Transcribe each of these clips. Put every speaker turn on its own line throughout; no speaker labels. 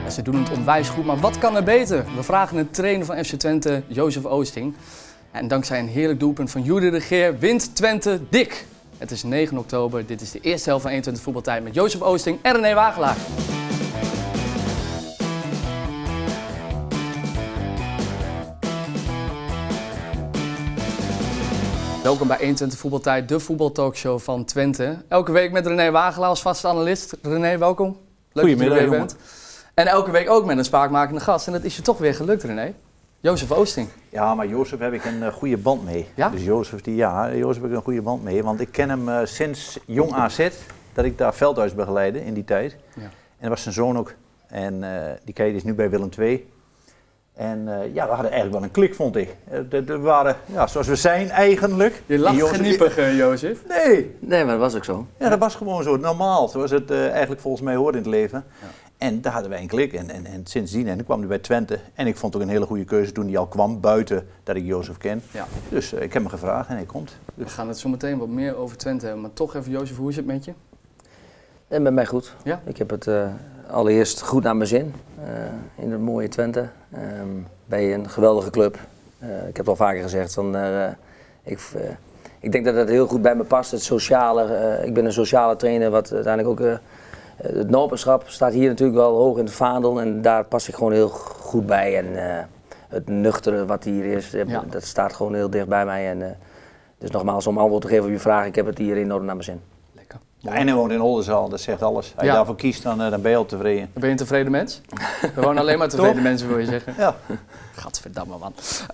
Ze doen het onwijs goed, maar wat kan er beter? We vragen een trainer van FC Twente, Jozef Oosting. En dankzij een heerlijk doelpunt van Juri de Geer wint Twente dik. Het is 9 oktober, dit is de eerste helft van 21 voetbaltijd met Jozef Oosting en René Wagelaar. Welkom bij 21 voetbaltijd, de voetbaltalkshow van Twente. Elke week met René Wagelaar als vaste analist. René, welkom. Leuk dat je er weer bent. En elke week ook met een spraakmakende gast. En dat is je toch weer gelukt, René. Jozef Oosting.
Ja, maar Jozef heb ik een goede band mee.
Ja?
Dus Jozef heb ik een goede band mee. Want ik ken hem sinds jong AZ, dat ik daar veldhuis begeleidde in die tijd. Ja. En dat was zijn zoon ook. En die Kees is nu bij Willem II. En we hadden eigenlijk wel een klik, vond ik. We waren, zoals we zijn eigenlijk.
Je lacht geniepig, Jozef.
Nee,
maar dat was ook zo.
Ja, dat was gewoon zo. Normaal, zoals het eigenlijk volgens mij hoort in het leven. Ja. En daar hadden wij een klik. En sindsdien, en toen kwam hij bij Twente. En ik vond het ook een hele goede keuze toen hij al kwam, buiten dat ik Jozef ken. Ja. Dus ik heb hem gevraagd en hij komt. Dus.
We gaan het zo meteen wat meer over Twente hebben. Maar toch even, Jozef, hoe is het met je?
En met mij goed.
Ja? Ik
heb het allereerst goed naar mijn zin. In het mooie Twente. Bij een geweldige club. Ik heb het al vaker gezegd. Ik denk dat het heel goed bij me past. Het sociale. Ik ben een sociale trainer. Wat uiteindelijk ook... het nopenschap staat hier natuurlijk wel hoog in het vaandel. En daar pas ik gewoon heel goed bij. En het nuchtere wat hier is, dat staat gewoon heel dicht bij mij. En, dus nogmaals, om antwoord te geven op je vraag. Ik heb het hier enorm naar mijn zin.
Ja, en hij woont in Oldenzaal, dat zegt alles. Als je daarvoor kiest, dan ben je al tevreden.
Dan ben je een tevreden mens? We wonen alleen maar tevreden mensen, wil je zeggen.
Ja.
Gadverdamme, man.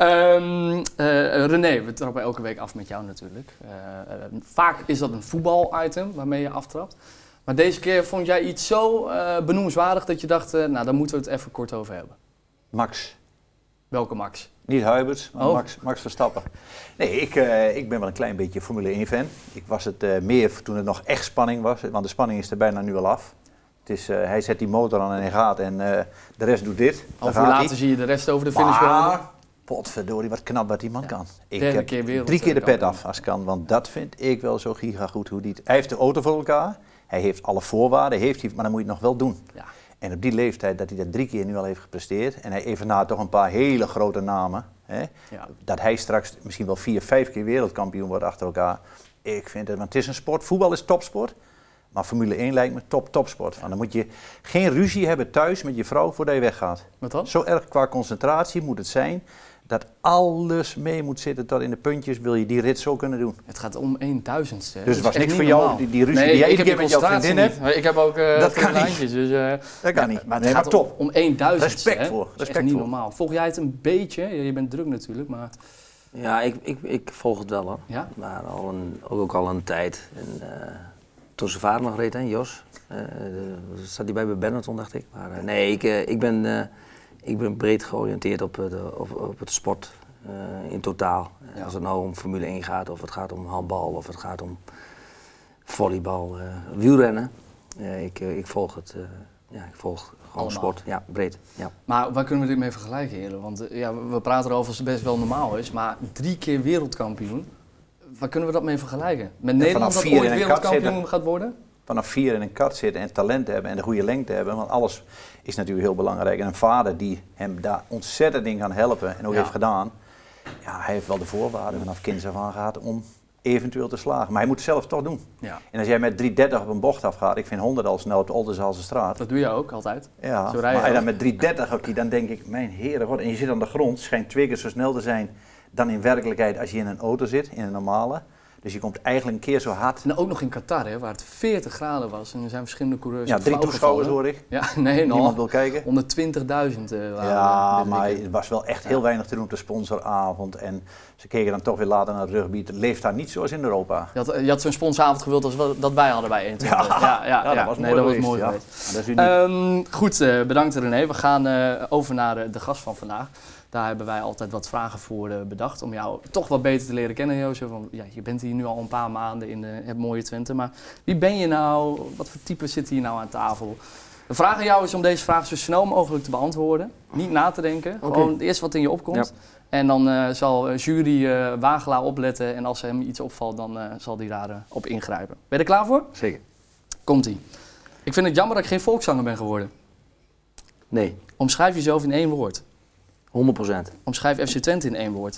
René, we trappen elke week af met jou natuurlijk. Vaak is dat een voetbal-item waarmee je aftrapt. Maar deze keer vond jij iets zo benoemenswaardig dat je dacht, daar moeten we het even kort over hebben.
Max.
Welke Max?
Niet Huiberts, maar Max Verstappen. Nee, ik ben wel een klein beetje Formule 1-fan. Ik was het meer toen het nog echt spanning was, want de spanning is er bijna nu al af. Het is, hij zet die motor aan en hij gaat en de rest doet dit.
Hoe later zie je de rest over de finish komen?
Potverdorie, wat knap wat die man kan. Ik
heb
keer 3 keer de pet af als kan, want dat vind ik wel zo gigagoed hoe die... Hij heeft de auto voor elkaar, hij heeft alle voorwaarden, maar dan moet je het nog wel doen. Ja. En op die leeftijd dat hij dat 3 keer nu al heeft gepresteerd en hij evenaart toch een paar hele grote namen, hè, dat hij straks misschien wel 4, 5 keer wereldkampioen wordt achter elkaar. Ik vind het, want het is een sport, voetbal is topsport, maar Formule 1 lijkt me topsport. Dan moet je geen ruzie hebben thuis met je vrouw voordat je weggaat.
Wat dan?
Zo erg qua concentratie moet het zijn dat alles mee moet zitten tot in de puntjes, wil je die rit zo kunnen doen.
Het gaat om 1000ste.
Dus het was niks voor jou, die ruzie die jij iedere keer met jouw vriendin hebt.
Ik heb ook
dat kan
lijntjes, dus
dat kan niet.
Maar het gaat top. Om 1000ste.
Respect voor.
Dat is echt niet normaal. Volg jij het een beetje? Je bent druk natuurlijk, maar...
Ja, ik volg het wel hoor. Ja? Maar ook al een tijd. En, toen zijn vader nog reed, hè, Jos. Zat hij bij Benetton, dacht ik. Maar nee, ik ben breed georiënteerd op het sport in totaal. Ja. Als het nou om Formule 1 gaat, of het gaat om handbal, of het gaat om volleybal, wielrennen. Ik volg het. Ik volg gewoon sport, breed. Ja.
Maar waar kunnen we dit mee vergelijken, heren? Want we praten erover als het best wel normaal is, maar 3 keer wereldkampioen, waar kunnen we dat mee vergelijken? Met Nederland dat ooit wereldkampioen gaat worden?
Vanaf 4 in een kat zitten en talent hebben en de goede lengte hebben, want alles is natuurlijk heel belangrijk. En een vader die hem daar ontzettend in kan helpen en ook heeft gedaan, hij heeft wel de voorwaarden vanaf kinds af aan gehad om eventueel te slagen. Maar hij moet het zelf toch doen. Ja. En als jij met 330 op een bocht afgaat, ik vind 100 al snel op de Oldenzaal straat.
Dat doe je ook altijd.
Ja, maar als je dan met 330 op die, dan denk ik, mijn heren, en je zit aan de grond, schijnt 2 keer zo snel te zijn dan in werkelijkheid als je in een auto zit, in een normale. Dus je komt eigenlijk een keer zo hard.
En ook nog in Qatar, hè, waar het 40 graden was. En er zijn verschillende coureurs.
Ja, 3 toeschouwers hoor ik.
Ja, nee,
niemand wil kijken.
120.000
ja, maar het was wel echt heel weinig te doen op de sponsoravond. En ze keken dan toch weer later naar het rugby. Het leeft daar niet zoals in Europa.
Je had zo'n sponsoravond gewild als dat wij hadden bij 21.
Ja, dat was mooi geweest.
Goed, bedankt René. We gaan over naar de gast van vandaag. Daar hebben wij altijd wat vragen voor bedacht om jou toch wat beter te leren kennen, Jozef. Je bent hier nu al een paar maanden in het mooie Twente, maar wie ben je nou? Wat voor type zit hier nou aan tafel? De vraag aan jou is om deze vraag zo snel mogelijk te beantwoorden. Niet na te denken, gewoon het eerste wat in je opkomt. Ja. En dan zal jury Wagelaar opletten en als hem iets opvalt, dan zal hij daarop ingrijpen. Ben je er klaar voor?
Zeker.
Komt-ie. Ik vind het jammer dat ik geen volkszanger ben geworden.
Nee.
Omschrijf jezelf in 1 woord.
100%.
Omschrijf FC Twente in 1 woord.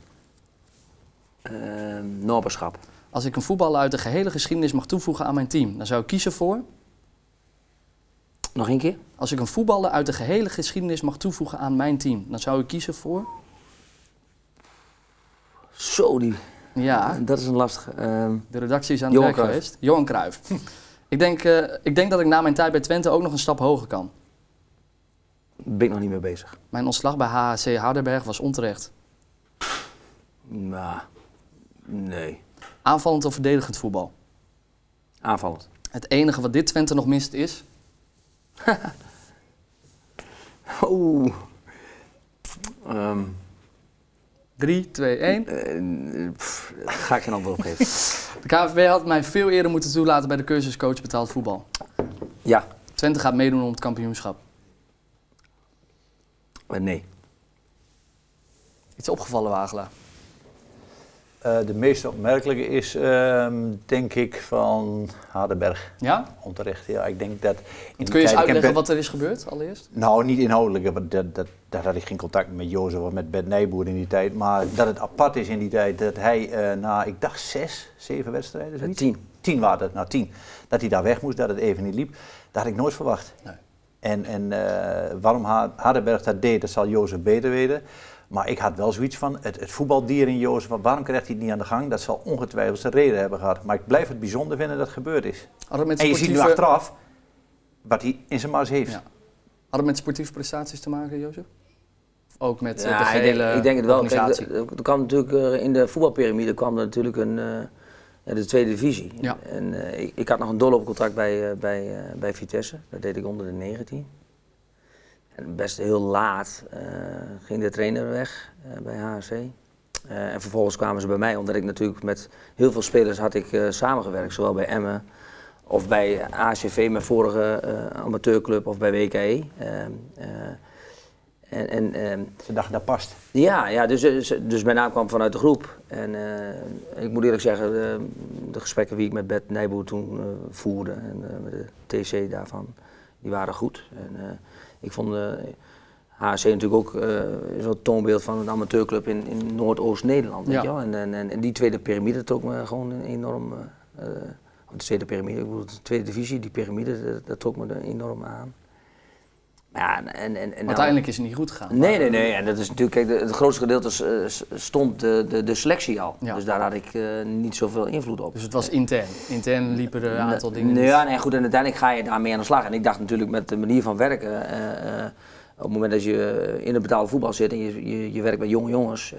Noberschap.
Als ik een voetballer uit de gehele geschiedenis mag toevoegen aan mijn team, dan zou ik kiezen voor...
Nog 1 keer?
Als ik een voetballer uit de gehele geschiedenis mag toevoegen aan mijn team, dan zou ik kiezen voor...
Zo,
Ja.
Dat is een lastige.
De redactie is aan het werk geweest. Johan Cruijff. Ik denk dat ik na mijn tijd bij Twente ook nog een stap hoger kan.
Ben ik nog niet mee bezig.
Mijn ontslag bij HHC Hardenberg was onterecht.
Nou, nee.
Aanvallend of verdedigend voetbal?
Aanvallend.
Het enige wat dit Twente nog mist is... 3, 2, 1.
Ga ik geen antwoord op geven.
De KNVB had mij veel eerder moeten toelaten bij de cursus coach betaald voetbal.
Ja.
Twente gaat meedoen om het kampioenschap.
Nee.
Iets opgevallen, Wagelaar?
De meest opmerkelijke is, denk ik, van Hardenberg.
Ja?
Onterecht, ja. Ik denk dat...
Kun je eens uitleggen wat er is gebeurd, allereerst?
Nou, niet inhoudelijk, want daar had ik geen contact met Jozef of met Bert Nijboer in die tijd. Maar dat het apart is in die tijd dat hij na, ik dacht 6, 7 wedstrijden, zoiets?
10.
10 waren het, nou 10. Dat hij daar weg moest, dat het even niet liep. Dat had ik nooit verwacht.
Nee.
En waarom Hardenberg dat deed, dat zal Jozef beter weten. Maar ik had wel zoiets van, het voetbaldier in Jozef, waarom krijgt hij het niet aan de gang? Dat zal ongetwijfeld zijn reden hebben gehad. Maar ik blijf het bijzonder vinden dat het gebeurd is. En je ziet nu achteraf wat hij in zijn mars heeft.
Ja. Had het met sportieve prestaties te maken, Jozef? Ook met de
ik denk het wel.
organisatie?
Kijk, er kwam natuurlijk in de voetbalpyramide kwam er natuurlijk de tweede divisie.
Ja.
En ik had nog een doorloopcontract bij Vitesse. Dat deed ik onder de 19. En best heel laat ging de trainer weg bij HHC. En vervolgens kwamen ze bij mij, omdat ik natuurlijk met heel veel spelers had ik samengewerkt. Zowel bij Emmen of bij ACV, mijn vorige amateurclub, of bij WKE.
Ze dachten, dat past.
Ja, dus mijn naam kwam vanuit de groep. En ik moet eerlijk zeggen, de gesprekken die ik met Bert Nijboer toen voerde en met de TC daarvan, die waren goed. En ik vond HC natuurlijk ook zo'n toonbeeld van een amateurclub in Noordoost-Nederland. Weet je wel? En die tweede piramide trok me gewoon enorm, of de tweede piramide, ik bedoel de tweede divisie, die piramide, dat trok me enorm aan. Ja,
maar uiteindelijk is het niet goed gegaan.
Nee. En dat is natuurlijk, kijk, het grootste gedeelte stond de selectie al.
Ja.
Dus daar had ik niet zoveel invloed op.
Dus het was intern? Intern liepen er een aantal dingen
Nee, goed, en uiteindelijk ga je daarmee aan de slag. En ik dacht natuurlijk met de manier van werken, op het moment dat je in het betaalde voetbal zit en je werkt met jonge jongens,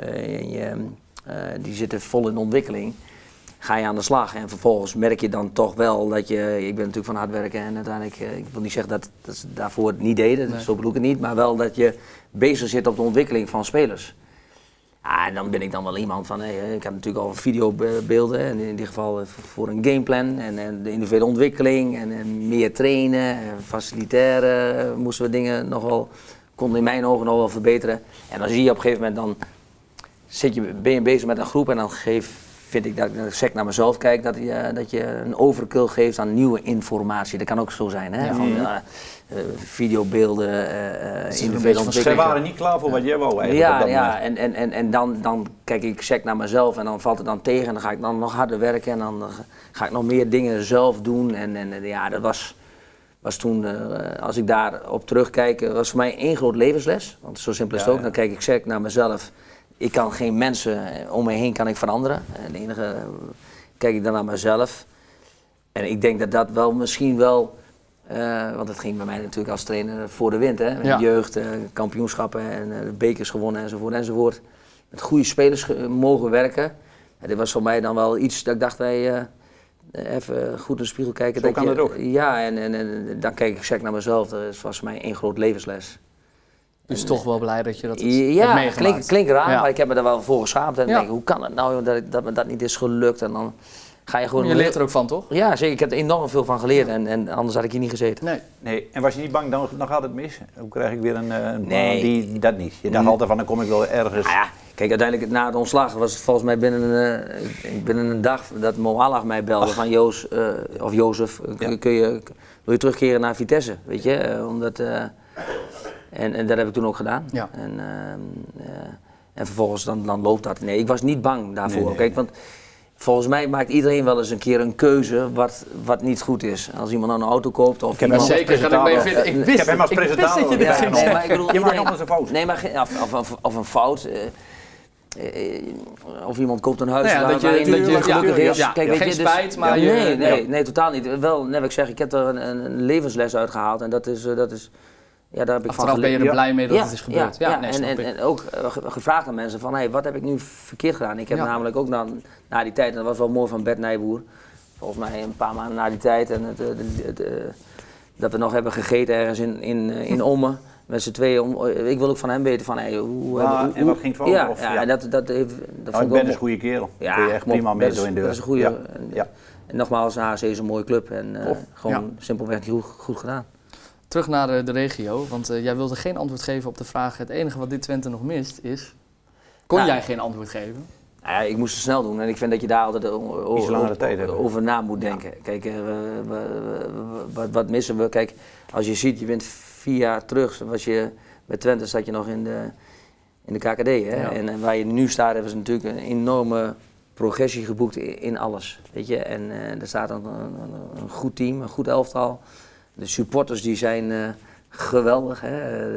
die zitten vol in ontwikkeling, ga je aan de slag. En vervolgens merk je dan toch wel dat ik ben natuurlijk van hard werken en uiteindelijk, ik wil niet zeggen dat ze daarvoor het niet deden, nee. Zo bedoel ik het niet, maar wel dat je bezig zit op de ontwikkeling van spelers. Ja, en dan ben ik dan wel iemand van, ik heb natuurlijk al videobeelden, en in dit geval voor een gameplan en de individuele ontwikkeling en meer trainen, facilitaire moesten we dingen konden in mijn ogen nog wel verbeteren. En dan zie je op een gegeven moment, dan ben je bezig met een groep en dan vind ik dat ik sec naar mezelf kijk, dat je een overkill geeft aan nieuwe informatie. Dat kan ook zo zijn, hè? Ja. Videobeelden, individuele ontwikkeling.
Zij waren niet klaar voor wat jij wou eigenlijk.
Ja, en dan kijk ik sec naar mezelf en dan valt het dan tegen en dan ga ik dan nog harder werken en dan ga ik nog meer dingen zelf doen. En ja, dat was toen, als ik daarop terugkijk, was voor mij één groot levensles. Want zo simpel is het ook. Dan kijk ik sec naar mezelf. Ik kan geen mensen om me heen kan ik veranderen. De enige kijk ik dan naar mezelf. En ik denk dat wel misschien wel, want het ging bij mij natuurlijk als trainer voor de wind. Hè? Met jeugd, kampioenschappen en bekers gewonnen enzovoort. Met goede spelers mogen werken. En dit was voor mij dan wel iets dat ik dacht, even goed in de spiegel kijken.
Zo kan het ook.
Ja, en dan kijk ik sec naar mezelf. Dat was voor mij één groot levensles.
Dus toch wel blij dat je dat hebt meegemaakt.
Klinkt raar, maar ik heb me daar wel voor geschaamd. En denk, hoe kan het nou dat me dat niet is gelukt? En dan ga je gewoon...
Je leert er ook van, toch?
Ja, zeker. Ik heb er enorm veel van geleerd en anders had ik hier niet gezeten.
Nee. En was je niet bang, dan gaat het mis? Hoe krijg ik weer een baan die dat niet? Je dacht altijd van, dan kom ik wel ergens...
Nou ja, kijk, uiteindelijk na het ontslag was het volgens mij binnen een dag dat Mo Allah mij belde van Jozef, wil je terugkeren naar Vitesse, weet je? Omdat... En dat heb ik toen ook gedaan.
Ja.
En vervolgens dan loopt dat. Nee, ik was niet bang daarvoor.
Nee.
Kijk, want volgens mij maakt iedereen wel eens een keer een keuze wat niet goed is. Als iemand nou een auto koopt of
heb hem als
zeker, kan ik mee vinden. Ik
heb hem als presentator.
dat je dit ging
nee, maar ik bedoel,
je maakt nog eens een fout.
Nee, maar of een fout. Of iemand koopt een huis
Nou ja,
waarin je gelukkig is.
Ja,
Kijk, weet
geen
je, dus,
spijt, maar
nee, totaal niet. Wel, net wat ik zeg, ik heb er een levensles uit gehaald en dat is ja, daar heb ik
achteraf
van
ben je er blij mee dat
ja,
het is gebeurd.
Ja,
nee,
en ook gevraagd aan mensen van, hey, wat heb ik nu verkeerd gedaan? Ik heb namelijk ook na die tijd, en dat was wel mooi van Bert Nijboer, volgens mij een paar maanden na die tijd, en dat we nog hebben gegeten ergens in Ommen. Met z'n tweeën, ik wil ook van hem weten van, hey, hoe
en wat ging het voor?
Ja, dat vond ik
Ik ben een goede kerel.
Ja,
kun je echt prima mee door in de deur.
Dat is een goede.
Ja.
En nogmaals, HC is een mooie club en gewoon simpelweg niet goed gedaan.
Terug naar de regio, want jij wilde geen antwoord geven op de vraag. Het enige wat dit Twente nog mist is, kon jij geen antwoord geven?
Nou ja, ik moest het snel doen en ik vind dat je daar altijd over na moet denken. Ja. Kijk, wat missen we? Kijk, als je ziet, je bent 4 jaar terug, bij Twente zat je nog in de KKD. Hè? Ja. En waar je nu staat, hebben ze natuurlijk een enorme progressie geboekt in alles. Weet je? En er staat een goed team, een goed elftal. De supporters die zijn geweldig. Hè?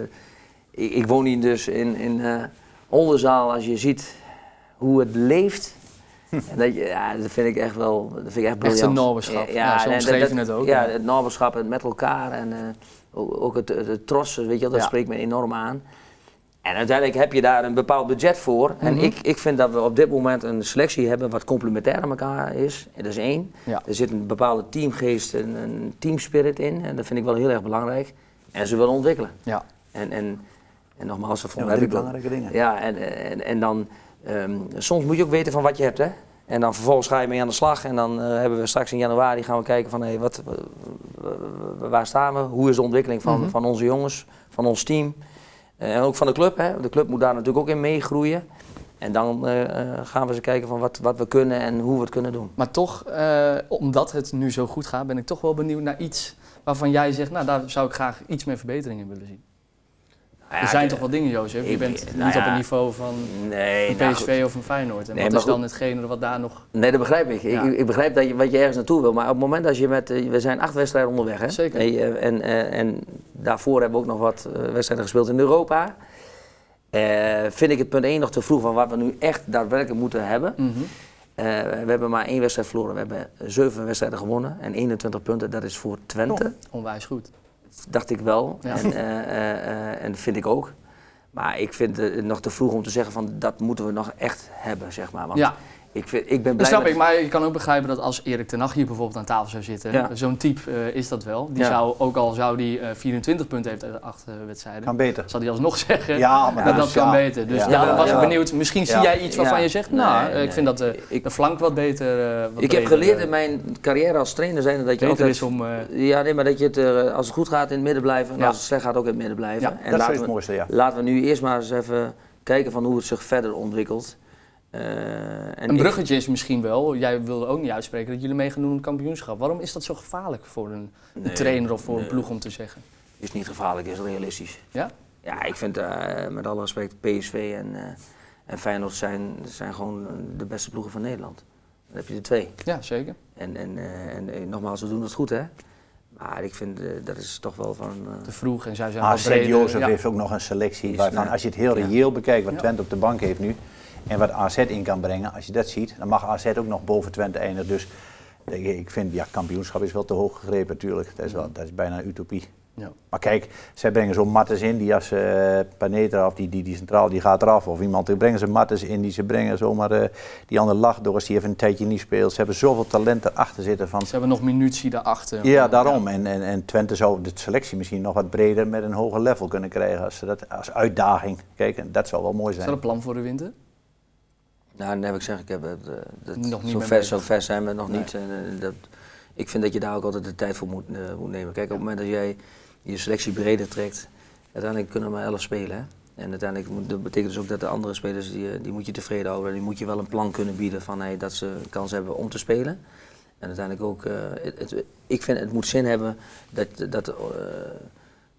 Ik woon hier dus in Oldenzaal, als je ziet hoe het leeft. En dat vind ik echt briljant.
Echt een naberschap. Ja, zo omschreef je het ook.
Ja, het naberschap en met elkaar en ook het trots, weet je, dat spreekt me enorm aan. En uiteindelijk heb je daar een bepaald budget voor. En ik vind dat we op dit moment een selectie hebben wat complementair aan elkaar is. Dat is 1. Ja. Er zit een bepaalde teamgeest en een teamspirit in. En dat vind ik wel heel erg belangrijk. En ze willen ontwikkelen. Ja. En nogmaals, dat vond ik
belangrijke dingen.
Ja, en dan soms moet je ook weten van wat je hebt, hè. En dan vervolgens ga je mee aan de slag en dan hebben we straks in januari gaan we kijken van hey, waar staan we? Hoe is de ontwikkeling van onze jongens, van ons team? En ook van de club, hè. De club moet daar natuurlijk ook in meegroeien. En dan gaan we eens kijken van wat we kunnen en hoe we het kunnen doen.
Maar toch, omdat het nu zo goed gaat, ben ik toch wel benieuwd naar iets waarvan jij zegt, nou daar zou ik graag iets meer verbetering in willen zien. Ja, er zijn toch wel dingen, Jozef? Je bent niet op het niveau van een PSV of een Feyenoord. En wat is dan hetgene wat daar nog...
Nee, dat begrijp ik. Ja. Ik begrijp wat je ergens naartoe wil. Maar op het moment dat je we zijn 8 wedstrijden onderweg. Hè?
Zeker.
En daarvoor hebben we ook nog wat wedstrijden gespeeld in Europa. Vind ik het punt 1 nog te vroeg van wat we nu echt daadwerkelijk moeten hebben. We hebben maar 1 wedstrijd verloren. We hebben 7 wedstrijden gewonnen en 21 punten. Dat is voor Twente.
Onwijs goed.
Dacht ik wel.
Ja.
En dat vind ik ook. Maar ik vind het nog te vroeg om te zeggen van dat moeten we nog echt hebben, zeg maar. Want ik ben blij
dat snap ik, maar je kan ook begrijpen dat als Erik ten Hag hier bijvoorbeeld aan tafel zou zitten, zo'n type is dat wel. Die zou, ook al zou die 24 punten heeft uit 8 wedstrijden,
kan beter.
Zal die alsnog zeggen
maar
dat kan beter. Dus daar was ik benieuwd. Misschien zie jij iets waarvan je zegt, ik vind dat de flank wat beter.
Ik heb geleerd in mijn carrière als trainer zijn dat je altijd
is om.
Maar dat je het als het goed gaat in het midden blijven en als het slecht gaat ook in het midden blijven.
Ja, en dat is het mooiste,
laten we nu eerst maar eens even kijken van hoe het zich verder ontwikkelt.
Een bruggetje is misschien wel, jij wilde ook niet uitspreken dat jullie mee gaan doen om het kampioenschap. Waarom is dat zo gevaarlijk voor een trainer of voor een ploeg om te zeggen?
Is niet gevaarlijk, is realistisch.
Ja?
Ja, ik vind met alle respect PSV en Feyenoord zijn gewoon de beste ploegen van Nederland. Dan heb je er 2.
Ja, zeker.
En nogmaals, we doen het goed, hè. Maar ik vind dat is toch wel van...
te vroeg en zij zijn
wat breder. Jozef heeft ook nog een selectie waarvan als je het heel reëel bekijkt wat Twente op de bank heeft nu en wat AZ in kan brengen, als je dat ziet, dan mag AZ ook nog boven Twente eindigen. Dus ik vind, kampioenschap is wel te hoog gegrepen natuurlijk. Dat is bijna een utopie. Ja. Maar kijk, zij brengen zo'n Mattes in, die als Panetra of die centraal, die gaat eraf. Of iemand, die brengen ze Mattes in, ze brengen zomaar die andere Lachdoors, die even een tijdje niet speelt. Ze hebben zoveel talent erachter zitten. Ze
hebben nog munitie daarachter.
Ja, daarom. Ja. En Twente zou de selectie misschien nog wat breder met een hoger level kunnen krijgen als ze dat als uitdaging. Kijk, en dat zou wel mooi zijn.
Is dat een plan voor de winter?
Nou, dan heb ik gezegd,
nog niet
zo ver zijn we nog niet. Ik vind dat je daar ook altijd de tijd voor moet nemen. Kijk, op het moment dat jij je selectie breder trekt, uiteindelijk kunnen we maar 11 spelen. Hè? En uiteindelijk dat betekent dus ook dat de andere spelers, die moet je tevreden houden. Die moet je wel een plan kunnen bieden van dat ze een kans hebben om te spelen. En uiteindelijk ook, ik vind het moet zin hebben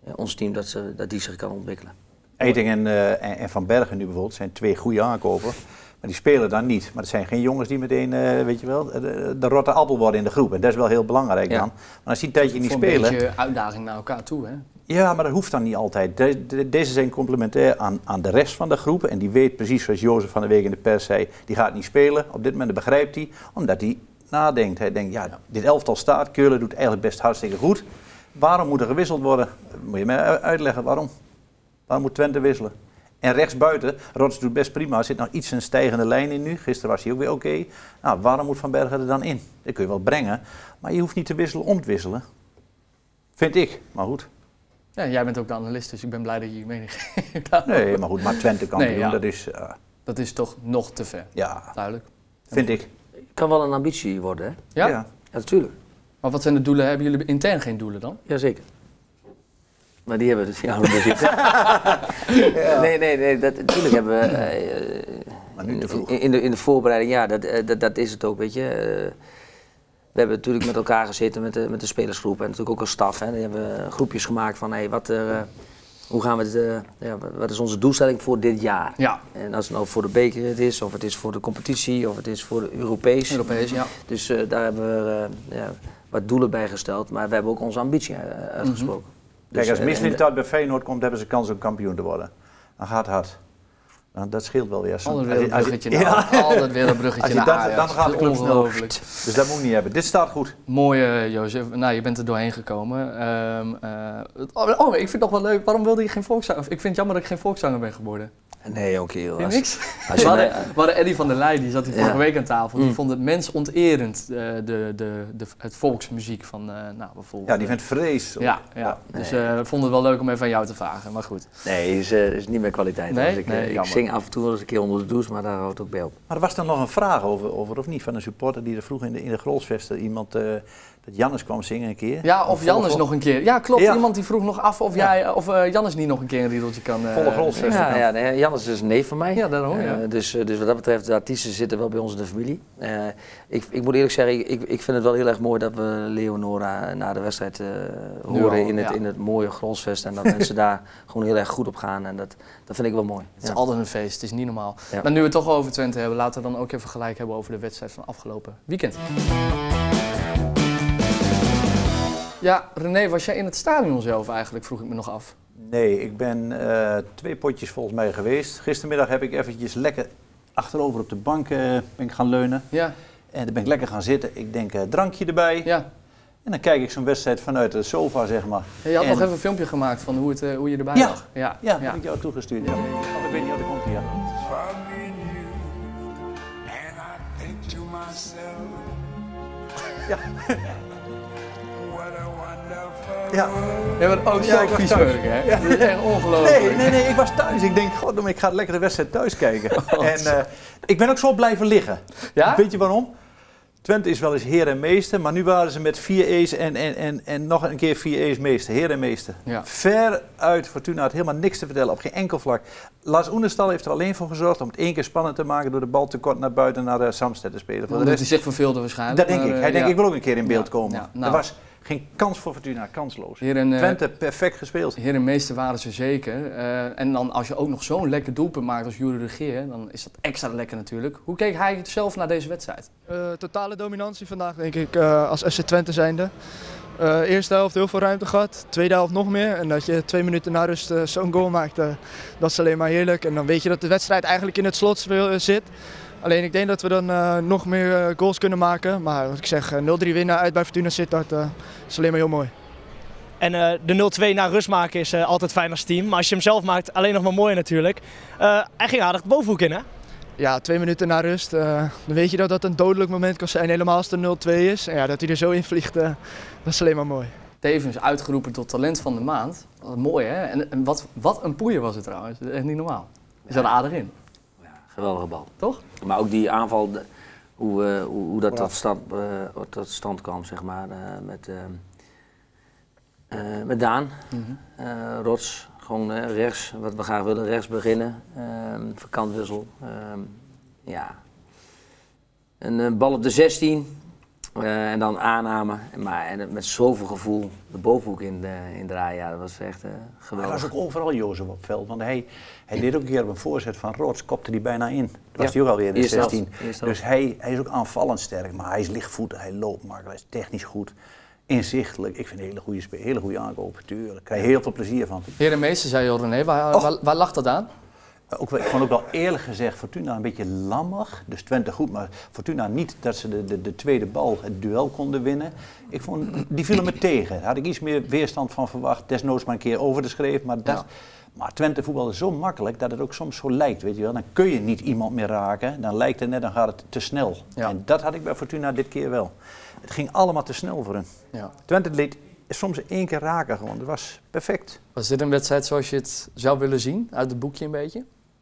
ons team dat die zich kan ontwikkelen.
Eiting en Van Bergen nu bijvoorbeeld zijn 2 goede aankopen. Maar die spelen dan niet. Maar het zijn geen jongens die meteen, weet je wel, de rotte appel worden in de groep. En dat is wel heel belangrijk dan. Maar als die een tijdje niet spelen...
Een beetje uitdaging naar elkaar toe, hè?
Ja, maar dat hoeft dan niet altijd. Deze zijn complementair aan de rest van de groep. En die weet precies, zoals Jozef van de week in de pers zei, die gaat niet spelen. Op dit moment begrijpt hij, omdat hij nadenkt. Hij denkt, ja, dit elftal staat. Keulen doet eigenlijk best hartstikke goed. Waarom moet er gewisseld worden? Moet je mij uitleggen waarom? Waarom moet Twente wisselen? En rechtsbuiten, Rots doet best prima, er zit nog iets een stijgende lijn in nu. Gisteren was hij ook weer oké. Nou, waarom moet Van Bergen er dan in? Dat kun je wel brengen, maar je hoeft niet te wisselen om te wisselen. Vind ik, maar goed.
Ja, jij bent ook de analist, dus ik ben blij dat je je mening geeft.
Nee, maar goed, maar Twente kampioen, dat is...
dat is toch nog te ver.
Ja,
duidelijk.
Vind ik.
Kan wel een ambitie worden, hè?
Ja?
Ja, natuurlijk.
Maar wat zijn de doelen? Hebben jullie intern geen doelen dan?
Jazeker. Maar die hebben we dus Nee, natuurlijk hebben we...
maar nu te vroeg.
In de voorbereiding, ja, dat is het ook, weet je. We hebben natuurlijk met elkaar gezeten met de spelersgroep en natuurlijk ook als staf. Hè. Die hebben groepjes gemaakt van, hoe gaan we het, wat is onze doelstelling voor dit jaar? Ja. En als het nou voor de beker het is, of het is voor de competitie, of het is voor de Europees.
Ja.
Dus daar hebben we wat doelen bij gesteld, maar we hebben ook onze ambitie uitgesproken.
Kijk, als Mislintat bij Feyenoord komt, hebben ze kans om kampioen te worden. Dan gaat het hard. Dat scheelt wel weer.
Altijd weer een bruggetje naar Ajax.
Dan gaat het ongelooflijk. Dus dat moet ik niet hebben. Dit staat goed.
Mooi, Jozef. Nou, je bent er doorheen gekomen. Ik vind het nog wel leuk. Waarom wilde je geen volkszanger? Ik vind het jammer dat ik geen volkszanger ben geworden.
Nee, ook heel.
Niks? We hadden Eddie van der Leij, die zat hier vorige week aan tafel. Die vond het mensonterend, het volksmuziek van, bijvoorbeeld.
Ja, die vindt vrees.
Ja. Dus we vonden het wel leuk om even aan jou te vragen, maar goed.
Nee, is niet meer kwaliteit.
Nee?
Ik zing af en toe wel eens een keer onder de douche, maar daar houdt het ook bij op.
Maar er was dan nog een vraag over of niet, van een supporter die er vroeg in de Grolsvesten iemand... dat Jannes kwam zingen een keer.
Ja, of Jannes nog een keer. Ja, klopt. Ja. Iemand die vroeg nog af of Jannes niet nog een keer een riedeltje kan...
Volle Grolsvesten.
Jannes is een neef van mij.
Ja, daarom.
Dus wat dat betreft, de artiesten zitten wel bij ons in de familie. Ik moet eerlijk zeggen, ik vind het wel heel erg mooi dat we Leonora na de wedstrijd horen in het mooie Grolsvest. En dat mensen daar gewoon heel erg goed op gaan. En dat vind ik wel mooi.
Het is altijd een feest, het is niet normaal. Ja. Maar nu we het toch over Twente hebben, laten we dan ook even gelijk hebben over de wedstrijd van afgelopen weekend. Ja, René, was jij in het stadion zelf eigenlijk, vroeg ik me nog af.
Nee, ik ben 2 potjes volgens mij geweest. Gistermiddag heb ik eventjes lekker achterover op de bank ben ik gaan leunen. Ja. En dan ben ik lekker gaan zitten. Ik denk drankje erbij. Ja. En dan kijk ik zo'n wedstrijd vanuit de sofa, zeg maar.
Ja, je had nog even een filmpje gemaakt van hoe je erbij lag.
Ja, dat heb ik jou toegestuurd. Ja. Oh, ik weet niet wat er komt hier. Ja.
Ja. Ja, maar ook zo viespeuk, hè? Ja. Dat is echt ongelooflijk.
Nee, ik was thuis. Ik denk, ik ga lekker de wedstrijd thuis kijken. En ik ben ook zo blijven liggen. Ja? Weet je waarom? Twente is wel eens heer en meester, maar nu waren ze met 4 E's en nog een keer 4 E's meester. Heer en meester. Ja. Ver uit Fortuna had helemaal niks te vertellen, op geen enkel vlak. Lars Oenerstal heeft er alleen voor gezorgd om het 1 keer spannend te maken door de bal te kort naar buiten naar Samsted te spelen.
Voor de rest... hij zich verveelde waarschijnlijk.
Dat denk ik. Hij denkt, ik wil ook een keer in beeld komen. Ja, nou. Er was geen kans voor Fortuna, kansloos. Twente perfect gespeeld.
Heer en meester waren ze zeker. En dan als je ook nog zo'n lekker doelpunt maakt als Juri de Geer, dan is dat extra lekker natuurlijk. Hoe keek hij zelf naar deze wedstrijd?
Totale dominantie vandaag, denk ik, als FC Twente zijnde. Eerste helft heel veel ruimte gehad, tweede helft nog meer. En dat je 2 minuten na rust zo'n goal maakt, dat is alleen maar heerlijk. En dan weet je dat de wedstrijd eigenlijk in het slot zit. Alleen ik denk dat we dan nog meer goals kunnen maken. Maar wat ik zeg, 0-3 winnen uit bij Fortuna Sittard, is alleen maar heel mooi.
En de 0-2 na rust maken is altijd fijn als team. Maar als je hem zelf maakt, alleen nog maar mooier natuurlijk. Hij ging aardig de bovenhoek in, hè?
Ja, 2 minuten na rust. Dan weet je dat dat een dodelijk moment kan zijn, helemaal als het 0-2 is. En ja, dat hij er zo in vliegt, dat is alleen maar mooi.
Tevens uitgeroepen tot talent van de maand. Mooi, hè? En wat een poeier was het trouwens. Echt niet normaal. Is dat aardig in?
Geweldige bal.
Toch?
Maar ook die aanval, hoe dat tot stand kwam, zeg maar, met Daan. Rots, gewoon rechts, wat we graag willen, rechts beginnen. Verkantwissel. Een bal op de 16. En dan aanname, en met zoveel gevoel de bovenhoek in draaien. Ja, dat was echt geweldig.
Hij was ook overal Jozef op veld, want hij deed ook een keer op een voorzet van Rots, kopte die bijna in. Toen was hij ook alweer in de 16. Dus hij is ook aanvallend sterk, maar hij is lichtvoetig, hij loopt makkelijk, hij is technisch goed. Inzichtelijk, ik vind een hele goede aankoop, tuurlijk. Ik krijg heel veel plezier van.
Heer en meester, zei René, waar lag dat aan?
Ik vond ook wel eerlijk gezegd Fortuna een beetje lammig. Dus Twente goed, maar Fortuna niet dat ze de tweede bal, het duel konden winnen. Ik vond, die vielen me tegen. Daar had ik iets meer weerstand van verwacht. Desnoods maar een keer over te schrijven. Maar Twente voetbalde zo makkelijk dat het ook soms zo lijkt. Weet je wel. Dan kun je niet iemand meer raken. Dan lijkt het net, dan gaat het te snel. Ja. En dat had ik bij Fortuna dit keer wel. Het ging allemaal te snel voor hen. Ja. Twente liet soms 1 keer raken gewoon. Het was perfect.
Was dit een wedstrijd zoals je het zou willen zien? Uit het boekje een beetje?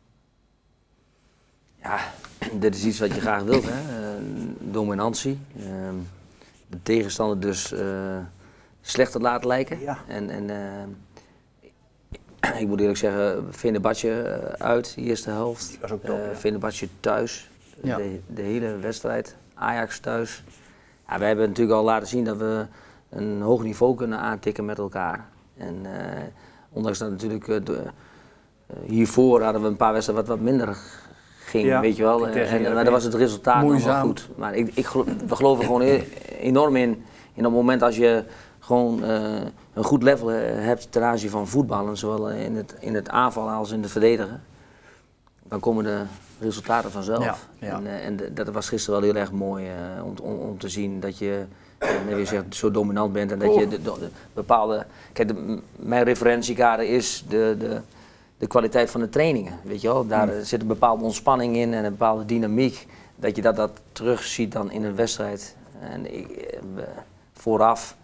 Ja, dit is iets wat je graag wilt, hè. Dominantie. De tegenstander dus slechter laten lijken. Ja. Ik moet eerlijk zeggen, Fenerbahce uit, de eerste helft.
Die was ook top, ja.
Fenerbahce thuis, ja. De hele wedstrijd. Ajax thuis. Ja, we hebben natuurlijk al laten zien dat we een hoog niveau kunnen aantikken met elkaar. En ondanks dat natuurlijk hiervoor hadden we een paar wedstrijden wat minder ging, ja, weet je wel. Maar dan was het resultaat nog wel goed. Maar we geloven gewoon enorm in op het moment als je gewoon een goed level hebt ten aanzien van voetballen, zowel in het aanvallen als in het verdedigen, dan komen de resultaten vanzelf. Ja, ja. En dat was gisteren wel heel erg mooi om te zien dat je je zegt, zo dominant bent en dat je de bepaalde... Kijk, mijn referentiekader is de kwaliteit van de trainingen, weet je wel. Daar zit een bepaalde ontspanning in en een bepaalde dynamiek, dat je dat terug ziet dan in een wedstrijd. En vooraf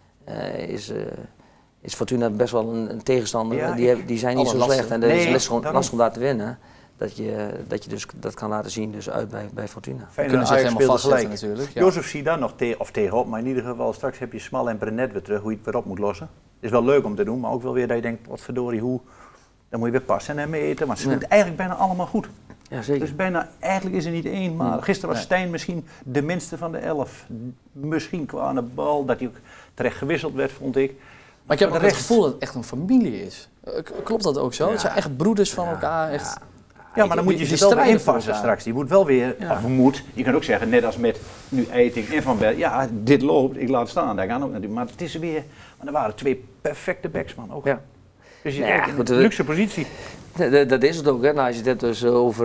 is Fortuna best wel een tegenstander. Ja, die zijn niet zo slecht en het is lastig om daar te winnen. Dat je dus dat kan laten zien dus uit bij Fortuna.
We kunnen zich helemaal vastzetten natuurlijk. Ja.
Jozef zie daar nog tegenop, maar in ieder geval straks heb je Smal en Brenet weer terug, hoe je het weer op moet lossen. Het is wel leuk om te doen, maar ook wel weer dat je denkt, wat verdorie, dan moet je weer passen en meten, want ze doen het eigenlijk bijna allemaal goed.
Ja, zeker.
Dus eigenlijk is er niet één, maar gisteren was Stijn misschien de minste van de 11. Misschien qua aan de bal, dat hij ook terecht gewisseld werd, vond ik.
Maar ik heb ook het gevoel dat het echt een familie is. Klopt dat ook zo? Ja. Het zijn echt broeders van elkaar. Echt.
Ja, maar dan moet je ze wel weer inpassen straks. Die moet wel weer, je kan ook zeggen, net als met nu Eiting en Van Berg, ja, dit loopt, ik laat staan, daar gaan ook natuurlijk. Maar het is weer, maar er waren 2 perfecte backs, man, ook. Ja. Dus je hebt een luxe positie.
Dat is het ook, hè. Nou, als je het hebt dus over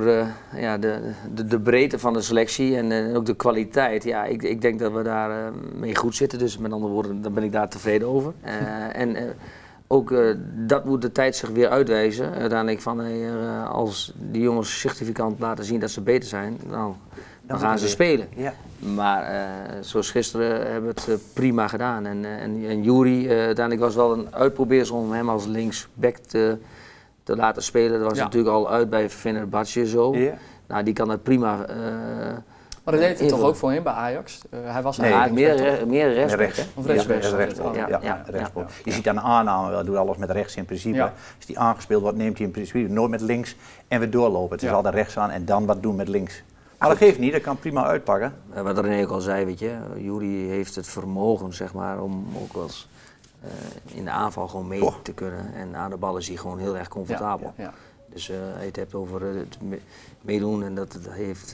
de breedte van de selectie en ook de kwaliteit. Ja, ik denk dat we daar mee goed zitten, dus met andere woorden, dan ben ik daar tevreden over. Ook dat moet de tijd zich weer uitwijzen. Uiteindelijk als die jongens significant laten zien dat ze beter zijn, dan gaan ze spelen. Ja. Maar zoals gisteren hebben we het prima gedaan. En Juri, uiteindelijk was wel een uitprobeersel om hem als linksback te laten spelen. Dat was natuurlijk al uit bij Fenerbahce zo. Ja. Nou, die kan het prima.
Maar dat deed hij toch ook voor hem bij Ajax? Hij was
meer rechtsback.
Of rechtsback.
Rechtsback. Je ziet aan de aanname wel, doet alles met rechts in principe. Ja. Als die aangespeeld wordt, neemt hij in principe nooit met links en weer doorlopen. Het is altijd rechts aan en dan wat doen met links. Maar dat geeft niet, dat kan prima uitpakken.
Wat René ook al zei, weet je, Juri heeft het vermogen, zeg maar, om ook wel eens in de aanval gewoon mee te kunnen. En aan de bal is hij gewoon heel erg comfortabel. Ja. Dus hij het hebt over het meedoen en dat heeft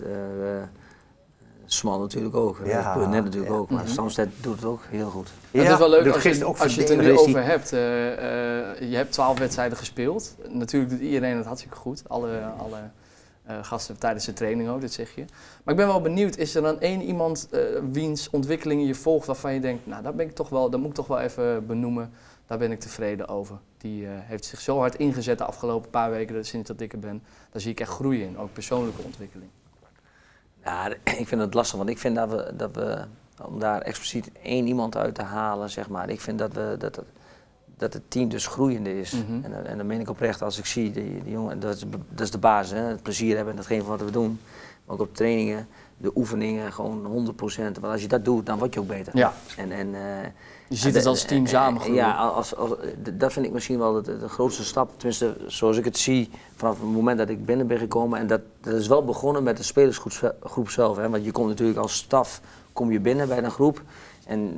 Smal natuurlijk ook. Net natuurlijk ook, maar Stamstedt doet het ook heel goed.
Ja, het is wel leuk als je het er nu over hebt. Je hebt 12 wedstrijden gespeeld. Natuurlijk doet iedereen het hartstikke goed. Alle gasten tijdens de training ook, dat zeg je. Maar ik ben wel benieuwd, is er dan één iemand wiens ontwikkelingen je volgt waarvan je denkt, nou dat moet ik toch wel even benoemen, daar ben ik tevreden over. Die heeft zich zo hard ingezet de afgelopen paar weken sinds dat ik er ben. Daar zie ik echt groei in, ook persoonlijke ontwikkeling.
Ja, ik vind het lastig, want ik vind dat we om daar expliciet één iemand uit te halen, zeg maar, ik vind dat het team dus groeiende is. Mm-hmm. En dan meen ik oprecht als ik zie, die jongen, dat is de basis, hè? Het plezier hebben en datgene wat we doen. Maar ook op trainingen, de oefeningen, gewoon 100%. Want als je dat doet, dan word je ook beter. Ja.
Je ziet het als team samen groeien.
Ja, dat vind ik misschien wel de grootste stap. Tenminste, zoals ik het zie, vanaf het moment dat ik binnen ben gekomen. En dat is wel begonnen met de spelersgroep zelf. Hè? Want je komt natuurlijk als staf, kom je binnen bij een groep. En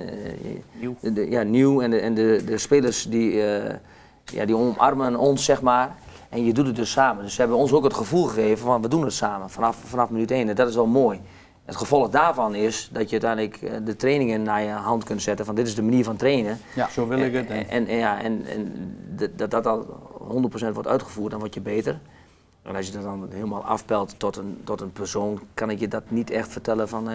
nieuw. En de spelers die omarmen ons, zeg maar. En je doet het dus samen. Dus ze hebben ons ook het gevoel gegeven van we doen het samen vanaf minuut 1. En dat is wel mooi. Het gevolg daarvan is dat je uiteindelijk de trainingen naar je hand kunt zetten. Van dit is de manier van trainen.
Ja, zo wil ik het.
En dat al 100% wordt uitgevoerd, dan word je beter. En als je dat dan helemaal afpelt tot een persoon, kan ik je dat niet echt vertellen van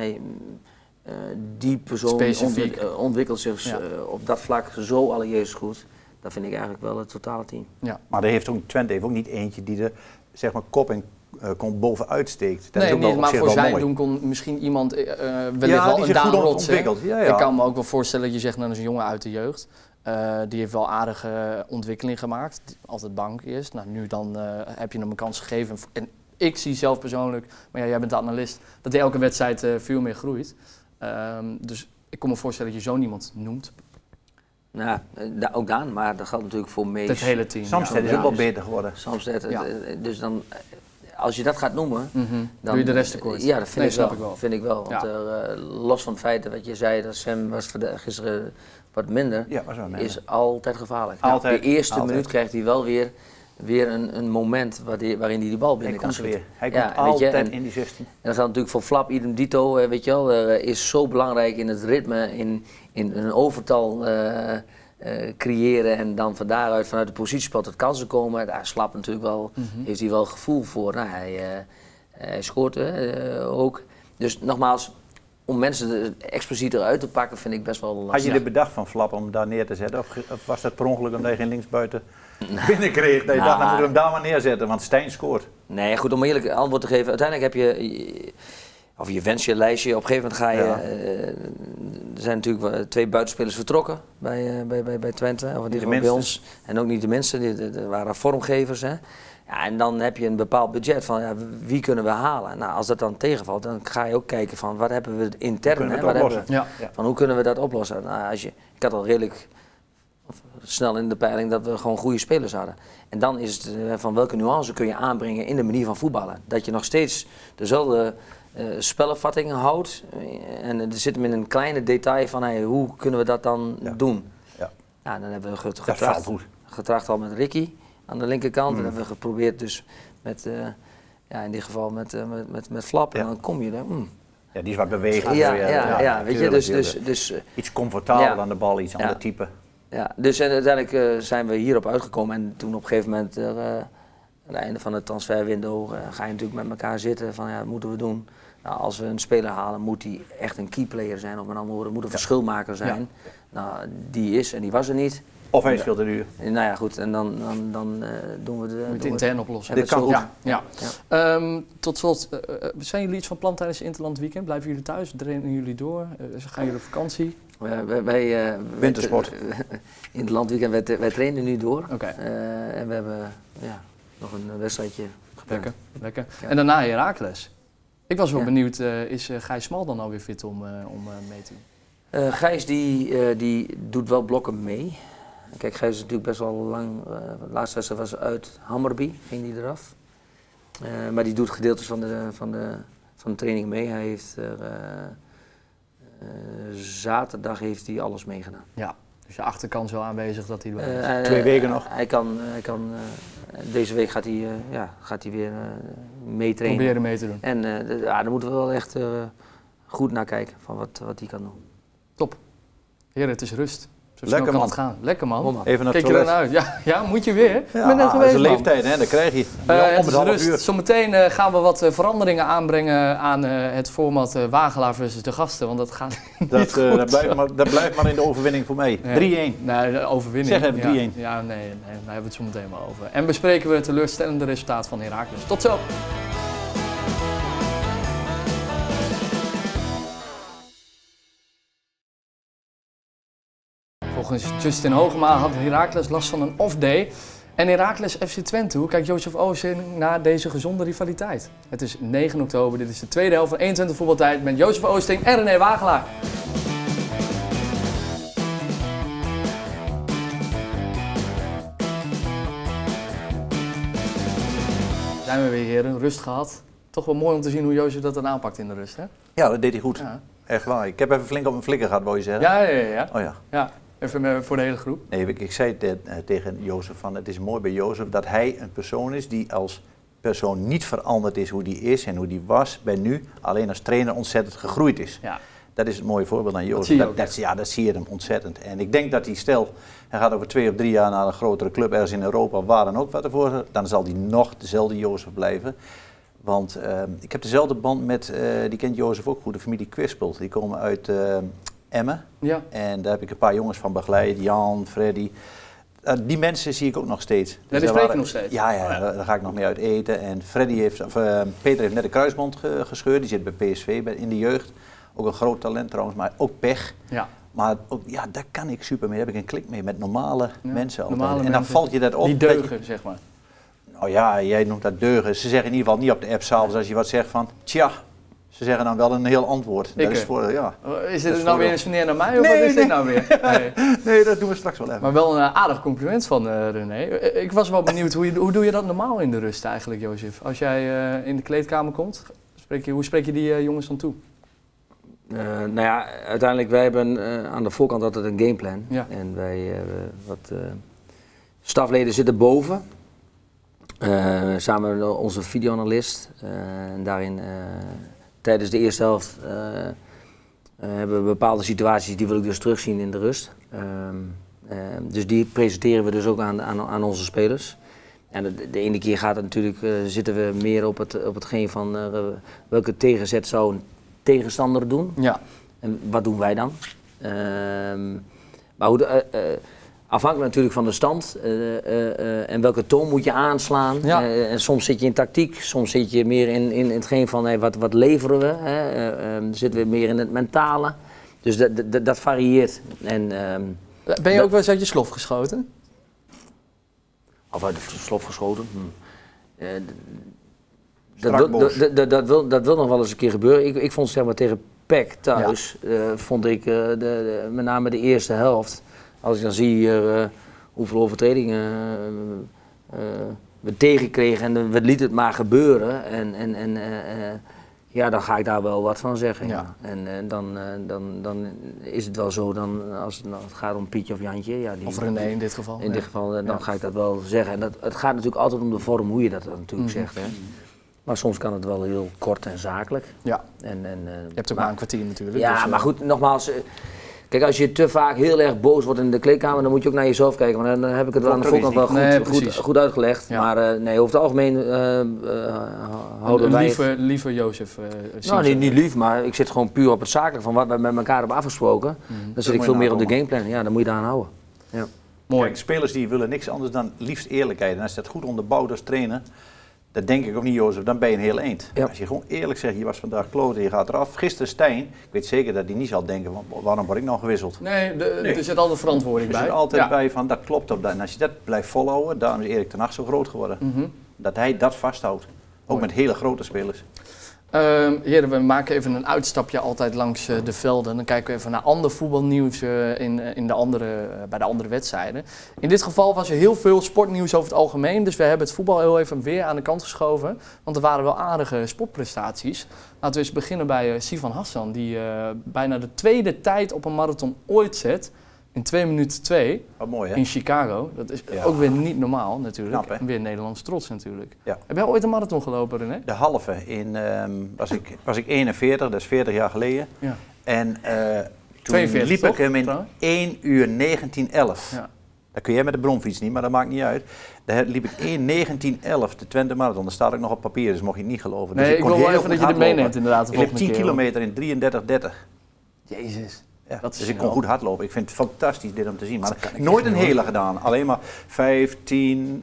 die persoon ontwikkelt zich op dat vlak zo allereerst goed. Dat vind ik eigenlijk wel het totale team.
Ja. Maar Twente heeft ook niet eentje die er zeg maar kop en kont bovenuit steekt.
Dat is ook niet, maar voor zijn doen kon misschien iemand wellicht wel een Daan Rots. Ik kan me ook wel voorstellen dat je zegt, nou, dat is een jongen uit de jeugd. Die heeft wel aardige ontwikkeling gemaakt, altijd bang is. Nou, nu dan heb je hem een kans gegeven. En ik zie zelf persoonlijk, maar jij bent de analist, dat hij elke wedstrijd veel meer groeit. Dus ik kan me voorstellen dat je zo'n iemand noemt.
Nou, ook Daan, maar dat geldt natuurlijk voor Mees.
Het hele team.
Samsted is ook wel beter geworden.
Samsted, dus dan, als je dat gaat noemen, dan
doe je de rest tekort.
Ja, dat vind ik wel. Want los van het feit dat je zei dat Sam was gisteren wat minder, is altijd gevaarlijk.
Altijd,
de eerste minuut krijgt hij wel weer een moment waarin hij die bal binnen kan schieten.
Hij komt altijd in die 16.
En dat gaat natuurlijk voor Flap, idem dito, weet je wel, is zo belangrijk in het ritme, in een overtal creëren en dan van daaruit vanuit de positiespel tot kansen komen. Daar Slap natuurlijk wel, heeft hij wel gevoel voor. Nou, hij scoort ook. Dus nogmaals, om mensen expliciet eruit te pakken vind ik best wel lastig.
Had je de bedacht van Flap om daar neer te zetten? Of was dat per ongeluk omdat je geen linksbuiten binnenkreeg? Dat je dacht, dan moeten we hem daar maar neerzetten, want Stijn scoort. Nee,
goed, om eerlijk antwoord te geven. Uiteindelijk heb je wens je lijstje. Op een gegeven moment ga je... er zijn natuurlijk 2 buitenspelers vertrokken bij Twente. Of bij ons. En ook niet de minste, er waren vormgevers. Hè. Ja, en dan heb je een bepaald budget van wie kunnen we halen. Nou, als dat dan tegenvalt, dan ga je ook kijken van wat hebben we intern. Van hoe kunnen we dat oplossen. Nou, ik had al redelijk snel in de peiling dat we gewoon goede spelers hadden. En dan is het van welke nuance kun je aanbrengen in de manier van voetballen. Dat je nog steeds dezelfde spellenvattingen houdt. En er zit hem in een kleine detail van hoe kunnen we dat dan doen. Ja. Nou, dan hebben we getracht al met Ricky aan de linkerkant. En hebben we geprobeerd dus met, in dit geval met Flap. En dan kom je er.
Ja, die is wat bewegend.
Weet je, dus
iets comfortabeler dan de bal, iets ander type.
Ja, dus en uiteindelijk zijn we hierop uitgekomen en toen op een gegeven moment, aan het einde van het transferwindow, ga je natuurlijk met elkaar zitten van wat moeten we doen. Nou, als we een speler halen, moet die echt een keyplayer zijn, of met andere woorden, moet een verschilmaker zijn. Ja. Nou, die is en die was er niet.
Of hij is veel te duur.
Nou ja, goed, en dan doen we de...
Moet je het intern oplossen.
Dit kan goed.
Ja. Tot slot, zijn jullie iets van plan tijdens het Interland weekend? Blijven jullie thuis? Trainen jullie door? Gaan jullie op vakantie?
Wij
wintersport.
In het landweekend, wij trainen nu door.
Okay.
En we hebben nog een wedstrijdje gepland.
Lekker. Ja. En daarna Heracles. Ik was wel benieuwd, is Gijs Smal dan alweer fit om mee te doen?
Gijs die doet wel blokken mee. Kijk, Gijs is natuurlijk best wel lang, de laatste wedstrijd was uit Hammarby, ging die eraf. Maar die doet gedeeltes van de training mee. Hij heeft zaterdag heeft hij alles meegedaan.
Ja, dus je achterkant wel aanwezig dat hij
2 weken nog.
Hij kan deze week gaat hij weer meetrainen.
Proberen mee te doen.
En daar moeten we wel echt goed naar kijken van wat hij kan doen.
Top. Heren, het is rust. Zo
lekker man.
Het gaan. Lekker man.
Even naar
kijk je ernaar uit. Ja, moet je weer.
Ja, dat is een leeftijd, hè? Dat krijg je.
Het is rust. Zometeen gaan we wat veranderingen aanbrengen aan het format Wagelaar versus de gasten. Want dat gaat
dat blijft maar in de overwinning voor mij. 3-1.
Nee, de overwinning.
Zeg even 3-1.
Ja, nee, daar hebben we het zo meteen wel over. En bespreken we het teleurstellende resultaat van Heracles. Tot zo! Volgens Justin Hogema had Heracles last van een off-day. En Heracles FC Twente, hoe kijkt Jozef Oosting naar deze gezonde rivaliteit? Het is 9 oktober, dit is de tweede helft van 21 voetbaltijd met Jozef Oosting en René Wagelaar. Zijn we weer heren, rust gehad. Toch wel mooi om te zien hoe Jozef dat dan aanpakt in de rust, hè?
Ja, dat deed hij goed. Ja. Echt waar. Ik heb even flink op mijn flikker gehad, wou je zeggen?
Ja.
Oh ja.
Ja, even voor de hele groep.
Nee, ik zei tegen Jozef van, het is mooi bij Jozef dat hij een persoon is die als persoon niet veranderd is hoe die is en hoe die was bij nu, alleen als trainer ontzettend gegroeid is.
Ja.
Dat is een mooi voorbeeld aan Jozef. Dat zie je hem ontzettend. En ik denk dat hij gaat over 2 of 3 jaar naar een grotere club ergens in Europa, waar dan ook wat ervoor, dan zal hij nog dezelfde Jozef blijven. Want ik heb dezelfde band met, die kent Jozef ook goed, de familie Quispelt. Die komen uit Emmen. Ja. En daar heb ik een paar jongens van begeleid, Jan, Freddy. Die mensen zie ik ook nog steeds.
Ja, die spreken nog steeds?
Ja, daar ga ik nog mee uit eten. En Peter heeft net een kruisband gescheurd, die zit bij PSV in de jeugd. Ook een groot talent trouwens, maar ook pech. Ja. Maar ook, daar kan ik super mee, daar heb ik een klik mee met normale mensen altijd. En dan valt je dat op.
Die deugen, zeg maar.
Nou ja, jij noemt dat deugen. Ze zeggen in ieder geval niet op de app s'avonds als je wat zegt van, tja. Ze zeggen dan wel een heel antwoord. Dat is voor, ja.
Is dit nou weer een sneer naar mij of wat is dit nou weer?
Nee, dat doen we straks wel even.
Maar wel een aardig compliment van René. Ik was wel benieuwd, hoe doe je dat normaal in de rust eigenlijk, Jozef? Als jij in de kleedkamer komt, hoe spreek je die jongens dan toe?
Nou ja, uiteindelijk, wij hebben aan de voorkant altijd een gameplan. Ja. En wij, stafleden zitten boven. Samen met onze videoanalist. En daarin, tijdens de eerste helft, hebben we bepaalde situaties die wil ik dus terugzien in de rust. Dus die presenteren we dus ook aan onze spelers. En de ene keer gaat het natuurlijk, zitten we meer op hetgeen van welke tegenzet zou een tegenstander doen. Ja. En wat doen wij dan? Maar afhankelijk natuurlijk van de stand en welke toon moet je aanslaan. Ja. En soms zit je in tactiek, soms zit je meer in hetgeen van wat leveren we. Zitten we meer in het mentale. Dus dat varieert. En,
ben je ook wel eens uit je slof geschoten?
Of uit de slof geschoten? Dat wil nog wel eens een keer gebeuren. Ik vond zeg maar tegen PEC thuis, vond ik met name de eerste helft. Als ik dan zie hier hoeveel overtredingen we tegenkregen en we lieten het maar gebeuren. Ja, dan ga ik daar wel wat van zeggen. Ja. En dan is het wel zo, als het gaat om Pietje of Jantje. Ja,
of René in dit geval.
In dit geval, dan ga ik dat wel zeggen. En het gaat natuurlijk altijd om de vorm hoe je dat natuurlijk zegt. Hè. Maar soms kan het wel heel kort en zakelijk. Ja.
Je hebt ook maar een kwartier natuurlijk.
Ja, dus, maar goed, nogmaals. Kijk, als je te vaak heel erg boos wordt in de kleedkamer, dan moet je ook naar jezelf kijken. Want dan heb ik het wel aan de voorkant wel goed uitgelegd. Ja. Maar over het algemeen houden wij...
Liever Jozef.
Nou, niet lief, maar ik zit gewoon puur op het zakelijk van wat we met elkaar hebben afgesproken. Dan zit ik veel meer op de gameplan. Ja, dan moet je daar aan houden. Ja.
Mooi. Kijk, spelers die willen niks anders dan liefst eerlijkheid. En als je dat goed onderbouwt als trainer, dat denk ik ook niet, Jozef, dan ben je een heel eind. Ja. Als je gewoon eerlijk zegt, je was vandaag kloten, je gaat eraf. Gisteren Stijn, ik weet zeker dat hij niet zal denken, waarom word ik nou gewisseld?
Nee, er zit altijd verantwoording bij.
Er zit altijd bij van, dat klopt op dat. En als je dat blijft volhouden, daarom is Erik ten Hag zo groot geworden. Dat hij dat vasthoudt. Ook met hele grote spelers.
Heren, we maken even een uitstapje altijd langs de velden. Dan kijken we even naar ander voetbalnieuws bij de andere wedstrijden. In dit geval was er heel veel sportnieuws over het algemeen. Dus we hebben het voetbal heel even weer aan de kant geschoven. Want er waren wel aardige sportprestaties. Laten we eens beginnen bij Sivan Hassan. Die bijna de tweede tijd op een marathon ooit zet. In 2 minuten 2.
Wat mooi, hè?
In Chicago. Dat is ook weer niet normaal natuurlijk. Knap, en weer Nederlands trots natuurlijk. Ja. Heb jij ooit een marathon gelopen, René?
De halve. Was ik 41, dat is 40 jaar geleden. Ja. En toen 42, liep ik hem in 1 uur 19:11. Ja. Dat kun jij met de bromfiets niet, maar dat maakt niet uit. Daar liep ik 1:19:11 de Twente Marathon. Dat staat ook nog op papier, dus mocht je het niet geloven.
Nee, dus ik wil wel even dat je dit meeneemt inderdaad.
Ik liep 10 kilometer in 33:30.
Jezus.
Ja, dus ik kon goed hardlopen. Ik vind het fantastisch dit om te zien. Maar nooit een hele gedaan. Alleen maar 15.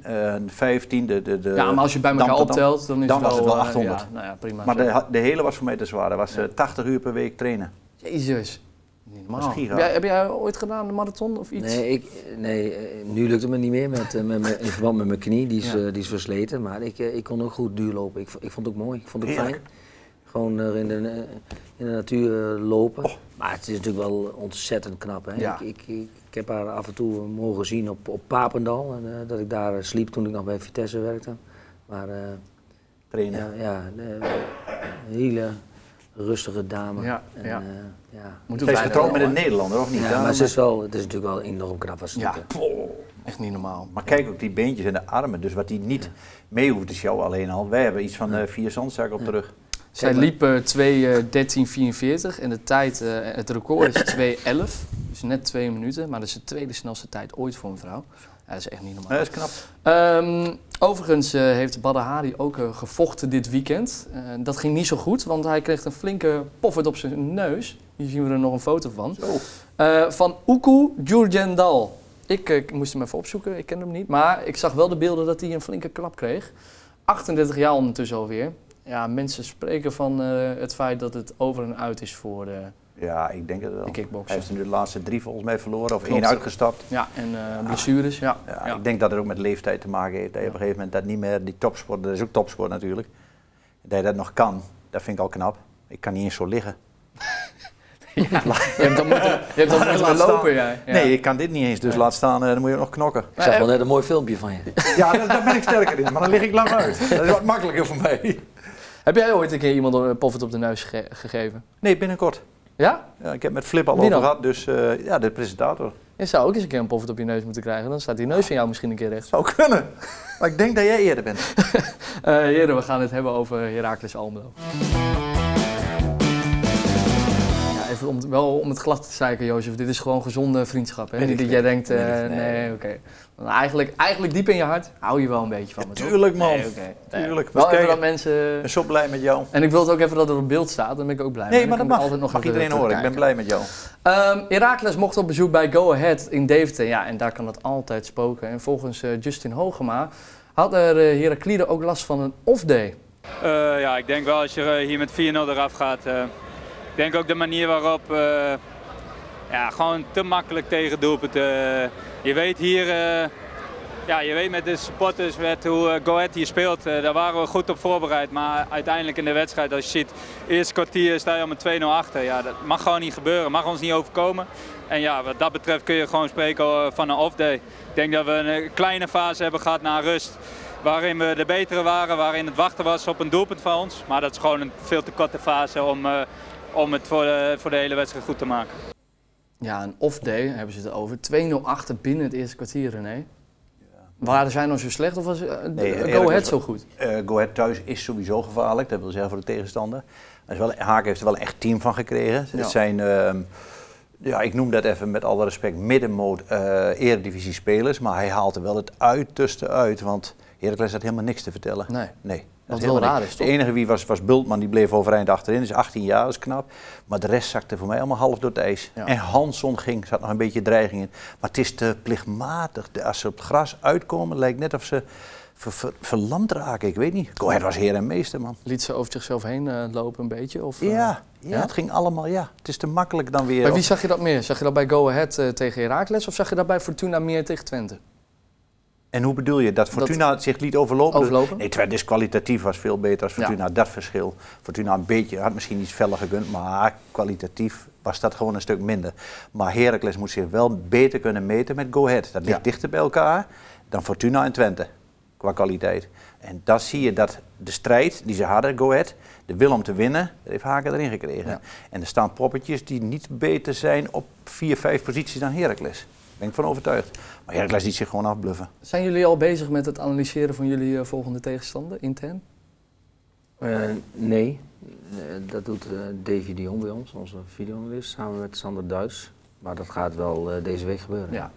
Ja, maar als je bij elkaar optelt, dan is
was het wel 800.
Ja, nou ja, prima.
Maar de hele was voor mij te zwaar. Dat was 80 uur per week trainen.
Jezus. Niet normaal. Heb jij ooit gedaan een marathon of iets?
Nee, nu lukt het me niet meer in verband met mijn knie. Die is versleten. Maar ik kon ook goed duurlopen. Ik vond het ook mooi. Ik vond het ook fijn. Gewoon in de natuur lopen. Oh. Maar het is natuurlijk wel ontzettend knap. Hè? Ja. Ik heb haar af en toe mogen zien op Papendal. En, dat ik daar sliep toen ik nog bij Vitesse werkte. Maar
trainen.
Ja, hele rustige dame.
Ja,
en,
ja.
Zij is getrouwd met een Nederlander, of niet?
Ja, maar het is natuurlijk wel enorm knap wat ze doet.
Echt niet normaal.
Maar kijk ook die beentjes en de armen, dus wat die niet mee hoeft te sjouwen alleen al. Wij hebben iets van 4 zandzakken op de rug.
Zij liep 2:13:44 en de tijd, het record is 2:11. Dus net 2 minuten, maar dat is de tweede snelste tijd ooit voor een vrouw. Ja, dat is echt niet normaal.
Ja, dat is knap.
Overigens heeft Badr Hari ook gevochten dit weekend. Dat ging niet zo goed, want hij kreeg een flinke poffert op zijn neus. Hier zien we er nog een foto van. Van Uku Jurjendal. Ik moest hem even opzoeken, ik ken hem niet. Maar ik zag wel de beelden dat hij een flinke klap kreeg. 38 jaar ondertussen alweer. Ja, mensen spreken van het feit dat het over en uit is voor
ja, ik denk het wel.
de kickboksen.
Hij heeft er nu de laatste 3 volgens mij verloren, of 1 uitgestapt.
Ja, en blessures, ja.
Ik denk dat het ook met leeftijd te maken heeft. Dat je op een gegeven moment dat niet meer, die topsport, dat is ook topsport natuurlijk. Dat je dat nog kan, dat vind ik al knap. Ik kan niet eens zo liggen.
Ja, je hebt dan moeten lopen, jij. Ja.
Nee, ik kan dit niet eens, dus laat staan, dan moet je ook nog knokken.
Ik zag wel net een mooi filmpje van je.
Ja, daar ben ik sterker in, maar dan lig ik lang uit. Dat is wat makkelijker voor mij.
Heb jij ooit een keer iemand een poffert op de neus gegeven?
Nee, binnenkort.
Ja?
Ja, ik heb met Flip al over gehad, dus ja, de presentator.
Je zou ook eens een keer een poffert op je neus moeten krijgen, dan staat die neus van jou misschien een keer recht.
Zou kunnen, maar ik denk dat jij eerder bent.
Heren, we gaan het hebben over Heracles Almelo. Even om het glad te zeiken, Jozef. Dit is gewoon gezonde vriendschap. Hè? Niet dat jij denkt, nee, oké. Eigenlijk diep in je hart hou je wel een beetje van me, toch?
Tuurlijk, man.
Nee.
Tuurlijk.
Wel even dat mensen...
Ik ben zo blij met jou.
En ik wil het ook even dat het op beeld staat, dan ben ik ook blij.
Nee, maar dat mag.
Altijd nog
mag iedereen horen. Ik ben blij met jou.
Heracles mocht op bezoek bij Go Ahead in Deventer. Ja, en daar kan het altijd spoken. En volgens Justin Hogema had Heraklide ook last van een off-day.
Ja, ik denk wel als je hier met 4-0 eraf gaat... Ik denk ook de manier waarop, ja, gewoon te makkelijk tegen doelpunten. Je weet hier, je weet met de supporters hoe Go Ahead hier speelt, daar waren we goed op voorbereid. Maar uiteindelijk in de wedstrijd, als je ziet, eerste kwartier sta je al met 2-0 achter. Ja, dat mag gewoon niet gebeuren, mag ons niet overkomen. En ja, wat dat betreft kun je gewoon spreken van een off-day. Ik denk dat we een kleine fase hebben gehad na rust. Waarin we de betere waren, waarin het wachten was op een doelpunt van ons. Maar dat is gewoon een veel te korte fase om het voor de hele wedstrijd goed te maken.
Ja, een off-day hebben ze het over. 2-0 achter binnen het eerste kwartier, René. Ja. Waren zij nou zo slecht of was Go Ahead zo goed?
Go Ahead thuis is sowieso gevaarlijk, dat wil zeggen voor de tegenstander. Haak heeft er wel een echt team van gekregen. Ja. Het zijn, ik noem dat even met alle respect, middenmoot eredivisie spelers. Maar hij haalt er wel het uiterste uit, want Heracles had helemaal niks te vertellen. Nee.
Wat wel raar is, toch?
De enige wie was Bultman, die bleef overeind achterin. Dus 18 jaar, dat is knap. Maar de rest zakte voor mij allemaal half door het ijs. Ja. En Hansson zat nog een beetje dreiging in. Maar het is te plichtmatig. Als ze op het gras uitkomen, lijkt net of ze verlamd raken. Ik weet niet. Go Ahead was heer en meester, man.
Liet ze over zichzelf heen lopen een beetje? Of,
ja, het ging allemaal, Het is te makkelijk dan weer.
Bij wie zag je dat meer? Zag je dat bij Go Ahead tegen Heracles of zag je dat bij Fortuna meer tegen Twente?
En hoe bedoel je? Dat Fortuna zich liet overlopen? Nee, Twente is kwalitatief, was veel beter als Fortuna. Ja. Dat verschil. Fortuna een beetje, had misschien iets feller gekund, maar kwalitatief was dat gewoon een stuk minder. Maar Heracles moet zich wel beter kunnen meten met Go Ahead. Dat ligt dichter bij elkaar dan Fortuna en Twente, qua kwaliteit. En daar zie je dat de strijd die ze hadden, Go Ahead, de wil om te winnen, dat heeft Haken erin gekregen. Ja. En er staan poppetjes die niet beter zijn op 4-5 posities dan Heracles. Daar ben ik van overtuigd. Maar Heracles liet zich gewoon afbluffen.
Zijn jullie al bezig met het analyseren van jullie volgende tegenstander, intern?
Nee, dat doet Davy de Jong bij ons, onze videoanalist, samen met Sander Duits. Maar dat gaat wel deze week gebeuren.
Ja.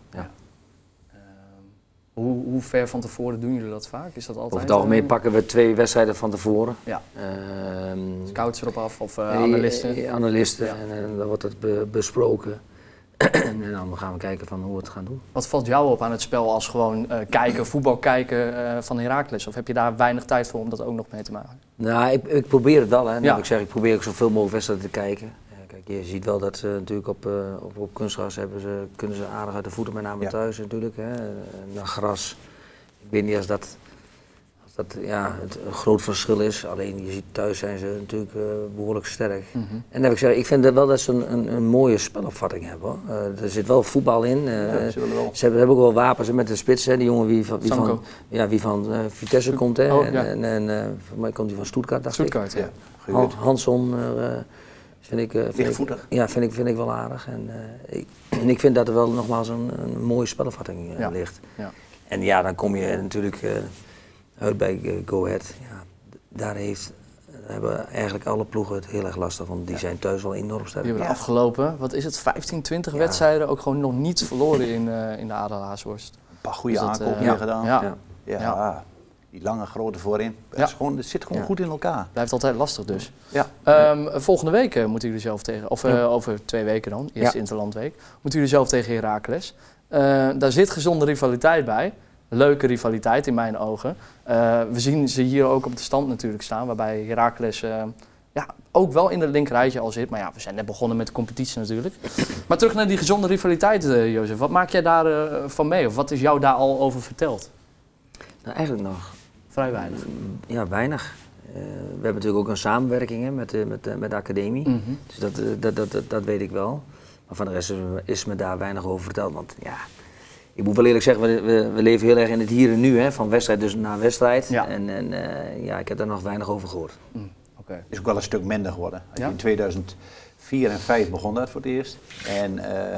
Hoe ver van tevoren doen jullie dat vaak? Is dat altijd?
Over het algemeen pakken we 2 wedstrijden van tevoren.
Ja. Scouts erop af of analisten?
Analisten en dan wordt het besproken. En dan gaan we kijken van hoe we het gaan doen.
Wat valt jou op aan het spel als gewoon voetbal kijken van Heracles? Of heb je daar weinig tijd voor om dat ook nog mee te maken?
Nou, ik probeer het wel. Hè. Ik probeer ook zoveel mogelijk wedstrijden te kijken. Kijk, je ziet wel dat ze natuurlijk op kunstgras kunnen ze aardig uit de voeten, met name thuis natuurlijk. Hè. Naar gras. Ik weet niet als dat het een groot verschil is. Alleen je ziet thuis zijn ze natuurlijk behoorlijk sterk. Mm-hmm. En dan heb ik gezegd, ik vind wel dat ze een mooie spelopvatting hebben. Hoor. Er zit wel voetbal in. Ze hebben ook wel wapens met de spits. Hè. Die jongen wie van Vitesse komt. Hè. En voor mij komt hij van Stuttgart, dacht ik.
Ja.
Hansson vind ik wel aardig. En ik vind dat er wel nogmaals een mooie spelopvatting ligt. Ja. En ja, dan kom je natuurlijk uit bij Go Ahead. Ja, daar hebben eigenlijk alle ploegen het heel erg lastig, want die zijn thuis wel enorm sterk.
Die hebben afgelopen, wat is het, 15, 20 wedstrijden ook gewoon nog niets verloren in de Adel Haashorst.
Een paar goede aankopen gedaan. Ja. Die lange grote voorin. Het zit gewoon goed in elkaar.
Blijft altijd lastig dus. Ja. Volgende week moeten jullie zelf tegen, of over 2 weken dan, eerste interlandweek, moeten jullie zelf tegen Heracles. Daar zit gezonde rivaliteit bij. Leuke rivaliteit in mijn ogen. We zien ze hier ook op de stand natuurlijk staan, waarbij Heracles ook wel in het linkerrijtje al zit. Maar ja, we zijn net begonnen met de competitie natuurlijk. Maar terug naar die gezonde rivaliteit, Jozef. Wat maak jij daar van mee? Of wat is jou daar al over verteld?
Nou, eigenlijk nog
vrij weinig.
Ja, weinig. We hebben natuurlijk ook een samenwerking met de academie. Mm-hmm. Dus dat weet ik wel. Maar van de rest is me daar weinig over verteld. Want ja, ik moet wel eerlijk zeggen, we leven heel erg in het hier en nu, hè, van wedstrijd dus naar wedstrijd. Ja. En ik heb daar nog weinig over gehoord.
Het is ook wel een stuk minder geworden. In 2004 en 2005 begon dat voor het eerst. En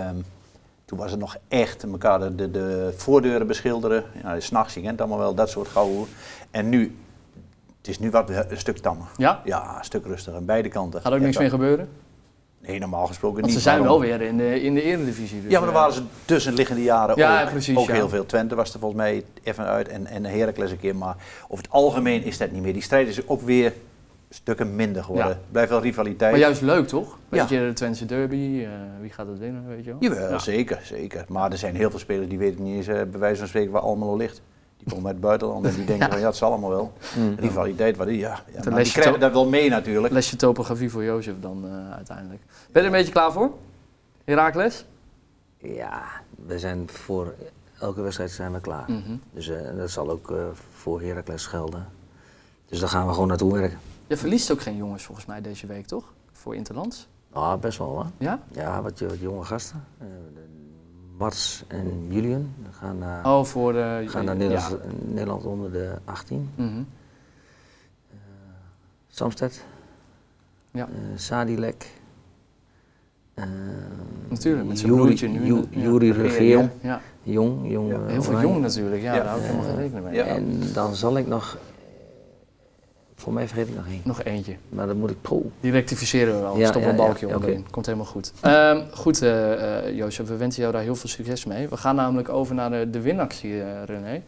toen was het nog echt elkaar de voordeuren beschilderen. Ja, 's nachts, je kent allemaal wel, dat soort gauw. En nu, het is nu wat een stuk tammer. Ja? Ja, een stuk rustiger aan beide kanten.
Gaat ook niks meer gebeuren?
Nee, normaal gesproken niet.
Want ze zijn wel weer in de Eredivisie. Dus
ja, maar dan waren ze tussenliggende jaren ook heel veel. Twente was er volgens mij even uit en Heracles een keer. Maar over het algemeen is dat niet meer. Die strijd is ook weer stukken minder geworden. Ja. Blijft wel rivaliteit.
Maar juist leuk, toch? Weet je, de Twentse derby, wie gaat het winnen, weet je wel?
Jawel, zeker. Maar er zijn heel veel spelers die weten niet eens, bij wijze van spreken, waar Almelo ligt. Die komen uit het buitenland en die denken van, het zal allemaal wel. Rivaliteit, die krijgen dat wel mee natuurlijk.
Lesje topografie voor Jozef dan uiteindelijk. Ben je er een beetje klaar voor? Heracles?
Ja, we zijn voor elke wedstrijd zijn we klaar. Mm-hmm. Dus dat zal ook voor Heracles gelden. Dus daar gaan we gewoon naartoe werken.
Je verliest ook geen jongens volgens mij deze week, toch? Voor Interlands?
Ah, best wel, hè?
Ja?
Ja, wat jonge gasten. Mats en Julian gaan naar, naar Nederland onder de 18. Mm-hmm. Samsted. Ja. Sadilek.
Natuurlijk, met zijn broertje nu.
Juri Regeer. Ja. Jong.
Heel veel jong natuurlijk, daar hou ik helemaal geen rekening mee.
En dan zal ik nog... Voor mij vergeet ik nog één.
Nog eentje.
Maar dan moet ik
Die rectificeren we wel. Stop een balkje onderin. Okay. Komt helemaal goed. Goed, Jozef, we wensen jou daar heel veel succes mee. We gaan namelijk over naar de winactie, René.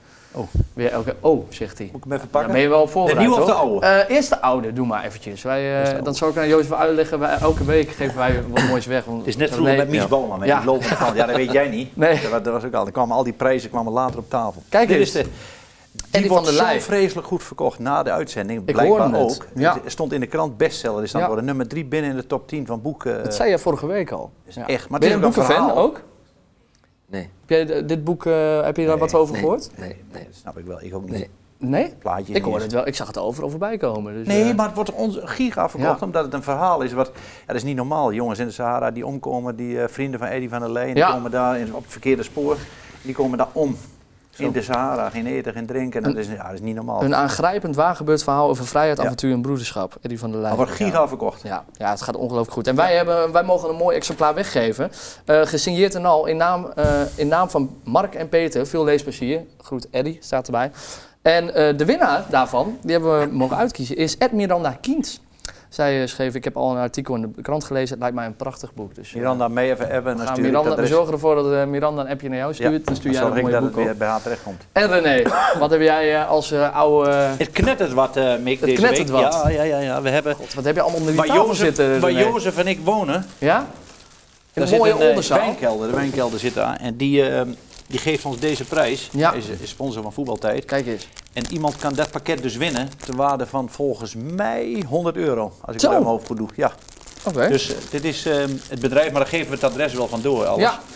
Zegt hij.
Moet ik hem even pakken?
Ben je wel op voorbereid,
de nieuwe of de oude?
Eerst de oude, doe maar eventjes. Dan zal ik aan Jozef uitleggen. Elke week geven wij wat moois weg.
Het is net vroeger met Mies Bouwman. Met die lopende kant. Ja, dat weet jij niet. Nee. Dat was ook al. Er kwamen al die prijzen later op tafel.
Kijk eens.
Die wordt zo vreselijk goed verkocht na de uitzending. Blijkbaar ook. Ja. Er stond in de krant bestseller. Is dan worden nummer 3 binnen in de top 10 van boeken.
Dat zei je vorige week al.
Is echt. Maar
ben je een boekenfan ook?
Nee.
Heb jij dit boek, heb je daar wat over gehoord?
Nee.
Dat snap ik wel. Ik ook niet.
Nee?
Plaatje
ik hoorde het wel. Ik zag het overal voorbij komen. Dus,
nee, maar het wordt giga verkocht omdat het een verhaal is. Dat is niet normaal. Jongens in de Sahara die omkomen. Die vrienden van Eddie van der Leyen. Die komen daar op het verkeerde spoor. Die komen daar om. In de Sahara, geen eten, geen drinken, dat is niet normaal.
Een aangrijpend waargebeurd verhaal over vrijheid, avontuur en broederschap. Eddie van der Leyen.
Dat wordt giga verkocht.
Ja, het gaat ongelooflijk goed. En wij mogen een mooi exemplaar weggeven. Gesigneerd en al, in naam van Mark en Peter. Veel leesplezier. Groet Eddie, staat erbij. En de winnaar daarvan, die hebben we mogen uitkiezen, is Miranda Kientz. Zij schreef, ik heb al een artikel in de krant gelezen, het lijkt mij een prachtig boek. Dus,
Miranda mee even appen.
We zorgen ervoor dat Miranda een appje naar jou stuurt. Dan stuur jij een mooi boek op.
Weer bij haar terechtkomt.
En René, wat heb jij als oude...
Het knettert wat, Mick, deze week.
Wat.
Ja. We hebben...
God, wat heb je allemaal onder die tafel zitten,
waar Jozef en ik wonen.
Ja? In een mooie onderzaal.
De wijnkelder zit daar. En die geeft ons deze prijs. Ja. Hij is sponsor van Voetbaltijd.
Kijk eens.
En iemand kan dat pakket dus winnen ter waarde van volgens mij €100. Als ik het uit mijn hoofd goed doe. Ja.
Okay.
Dus dit is het bedrijf, maar daar geven we het adres wel van door. Alles.
Ja.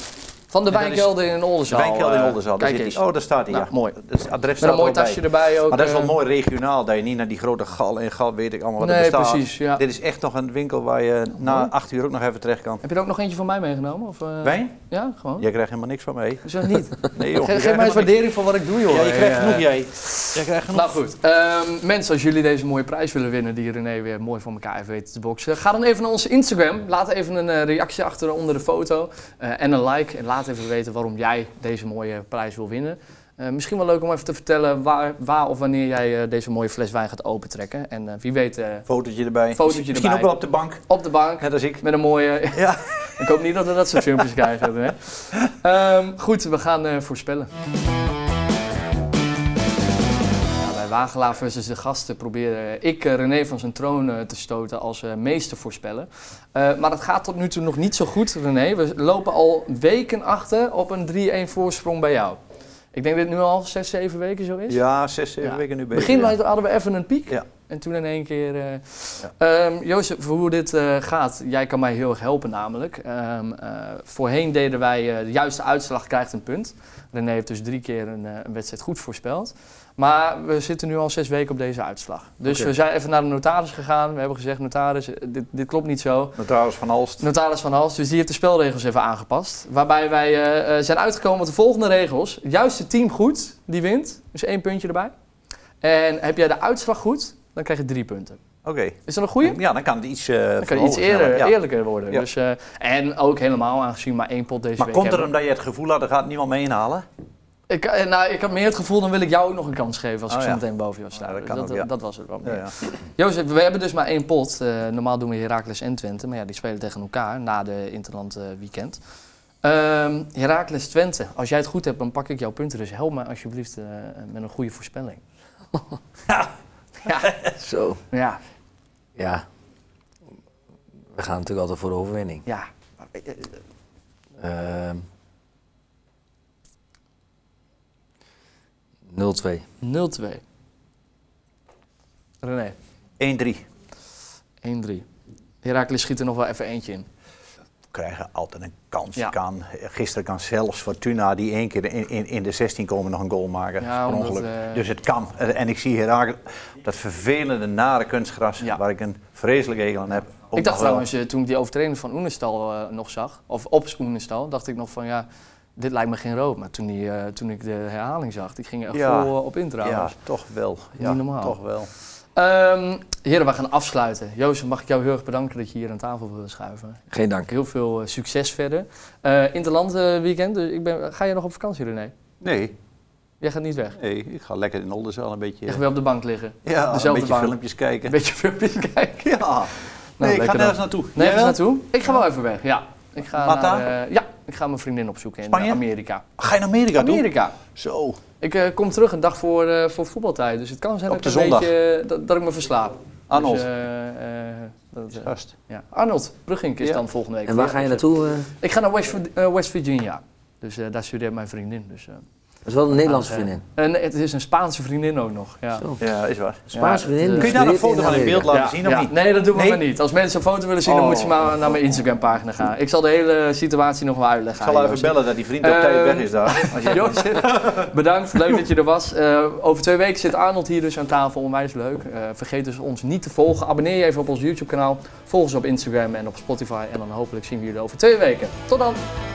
Van de wijnkelder in Oldenzaal.
De wijnkelder in Oldenzaal, daar
Kijk
zit
eens.
hij. Oh, daar staat hij,
Nou,
ja.
mooi.
Het adres
Met
staat
een mooi
erbij.
tasje erbij ook.
Maar dat is wel mooi regionaal, dat je niet naar die grote gal en gal weet ik allemaal wat er bestaat.
Precies, ja.
Dit is echt nog een winkel waar je na 8 uur ook nog even terecht kan.
Heb je er ook nog eentje van mij meegenomen? Of,
Wijn?
Ja, gewoon.
Jij krijgt helemaal niks van mij.
Zo niet.
Nee joh.
Geef mij eens waardering voor wat ik doe, joh.
Ja, je krijgt genoeg, jij. Jij krijgt genoeg.
Nou goed, mensen, als jullie deze mooie prijs willen winnen, die René weer mooi van elkaar even weten te boksen, ga dan even naar onze Instagram. Laat even een reactie achter onder de foto en een like. En laat even weten waarom jij deze mooie prijs wil winnen. Misschien wel leuk om even te vertellen waar of wanneer jij deze mooie fles wijn gaat opentrekken. En wie weet...
fotootje erbij.
Fotootje
Misschien
erbij.
ook wel op de bank.
Op de bank.
Net als ik.
Met een mooie...
Ja.
Ik hoop niet dat we dat soort filmpjes krijgen. Hè? Goed, we gaan voorspellen. Bij Wagelaar versus de gasten probeerde ik René van zijn troon te stoten als meester voorspeller. Maar dat gaat tot nu toe nog niet zo goed, René. We lopen al weken achter op een 3-1 voorsprong bij jou. Ik denk dat het nu al 6, 7 weken zo is.
Ja, 6, 7 weken nu bezig.
Begin hadden we even een piek.
Ja.
En toen in één keer... Jozef, hoe dit gaat, jij kan mij heel erg helpen namelijk. Voorheen deden wij de juiste uitslag krijgt een punt. René heeft dus 3 keer een wedstrijd goed voorspeld. Maar we zitten nu al 6 weken op deze uitslag. Dus we zijn even naar de notaris gegaan. We hebben gezegd, notaris, dit klopt niet zo.
Notaris van Halst.
Notaris van Halst, dus die heeft de spelregels even aangepast. Waarbij wij zijn uitgekomen met de volgende regels. Juist het team goed, die wint. Dus 1 puntje erbij. En heb jij de uitslag goed, dan krijg je 3 punten.
Oké.
Is dat een goeie?
Ja, dan kan het iets
dan kan je iets eerlijker worden.
Ja.
Dus, en ook helemaal aangezien maar 1 pot deze
maar
week
komt er
hebben.
omdat je het gevoel had, er gaat niemand mee inhalen?
Ik had meer het gevoel, dan wil ik jou ook nog een kans geven als ik zo meteen boven jou sta.
Ja, dat
Dus
kan ook, ja.
dat was het wel.
Ja, ja.
Jozef, we hebben dus maar 1 pot. Normaal doen we Heracles en Twente, maar ja, die spelen tegen elkaar na de Interland weekend. Heracles Twente, als jij het goed hebt, dan pak ik jouw punten. Dus help mij alsjeblieft met een goede voorspelling.
Ja. Zo.
Ja.
Ja. We gaan natuurlijk altijd voor de overwinning.
Ja.
0-2.
0-2. René.
1-3.
1-3. Heracles schiet er nog wel even eentje in.
We krijgen altijd een kans.
Ja.
Gisteren kan zelfs Fortuna die 1 keer in de 16 komen nog een goal maken.
Ja,
per ongeluk. Dus het kan. En ik zie Heracles, dat vervelende, nare kunstgras, waar ik een vreselijke hekel aan heb.
Ik dacht trouwens, toen ik die overtreding van Oenestal nog zag, of op Oenestal, dacht ik nog van ja, dit lijkt me geen rood. Maar toen ik de herhaling zag, die ging er echt vol op in trouwens.
Ja, toch wel.
Niet normaal.
Toch wel.
Heren, we gaan afsluiten. Jozef, mag ik jou heel erg bedanken dat je hier aan tafel wilde schuiven.
Geen dank.
Heel veel succes verder. Interland weekend, dus ga je nog op vakantie, René?
Nee.
Jij gaat niet weg?
Nee, ik ga lekker in Oldenzaal een beetje...
Je gaat weer op de bank liggen?
Ja,
dezelfde
een beetje
bank.
filmpjes kijken.
Een beetje filmpjes kijken?
Ja. Nee, ik ga nergens naartoe.
Nergens naartoe? Ik ga wel even weg, ja. Ik ga
Mata?
ik ga mijn vriendin opzoeken in
Spanje?
Amerika.
Ga je naar Amerika toe?
Amerika.
Zo.
Ik kom terug een dag voor voetbaltijd, dus het kan zijn
Op
dat
de
ik een
zondag?
beetje, dat ik me verslaap.
Arnold.
Dus,
Gast.
ja. Arnold Brugink is dan volgende week.
En waar ga je naartoe?
Ik ga naar West Virginia. Dus daar studeert mijn vriendin. Dus,
dat is wel een Nederlandse vriendin.
Nee, het is een Spaanse vriendin ook nog. Ja,
ja is waar.
Spaanse vriendin.
Kun je daar een foto van in beeld laten zien of niet?
Nee, dat doen we maar niet. Als mensen een foto willen zien, dan moeten ze maar naar mijn Instagram pagina gaan. Ik zal de hele situatie nog wel uitleggen.
Ik zal even bellen dat die vriend op tijd weg is daar.
Jozef, bedankt. Leuk dat je er was. Over 2 weken zit Arnold hier dus aan tafel. Onwijs leuk. Vergeet dus ons niet te volgen. Abonneer je even op ons YouTube kanaal. Volg ons op Instagram en op Spotify. En dan hopelijk zien we jullie over 2 weken. Tot dan!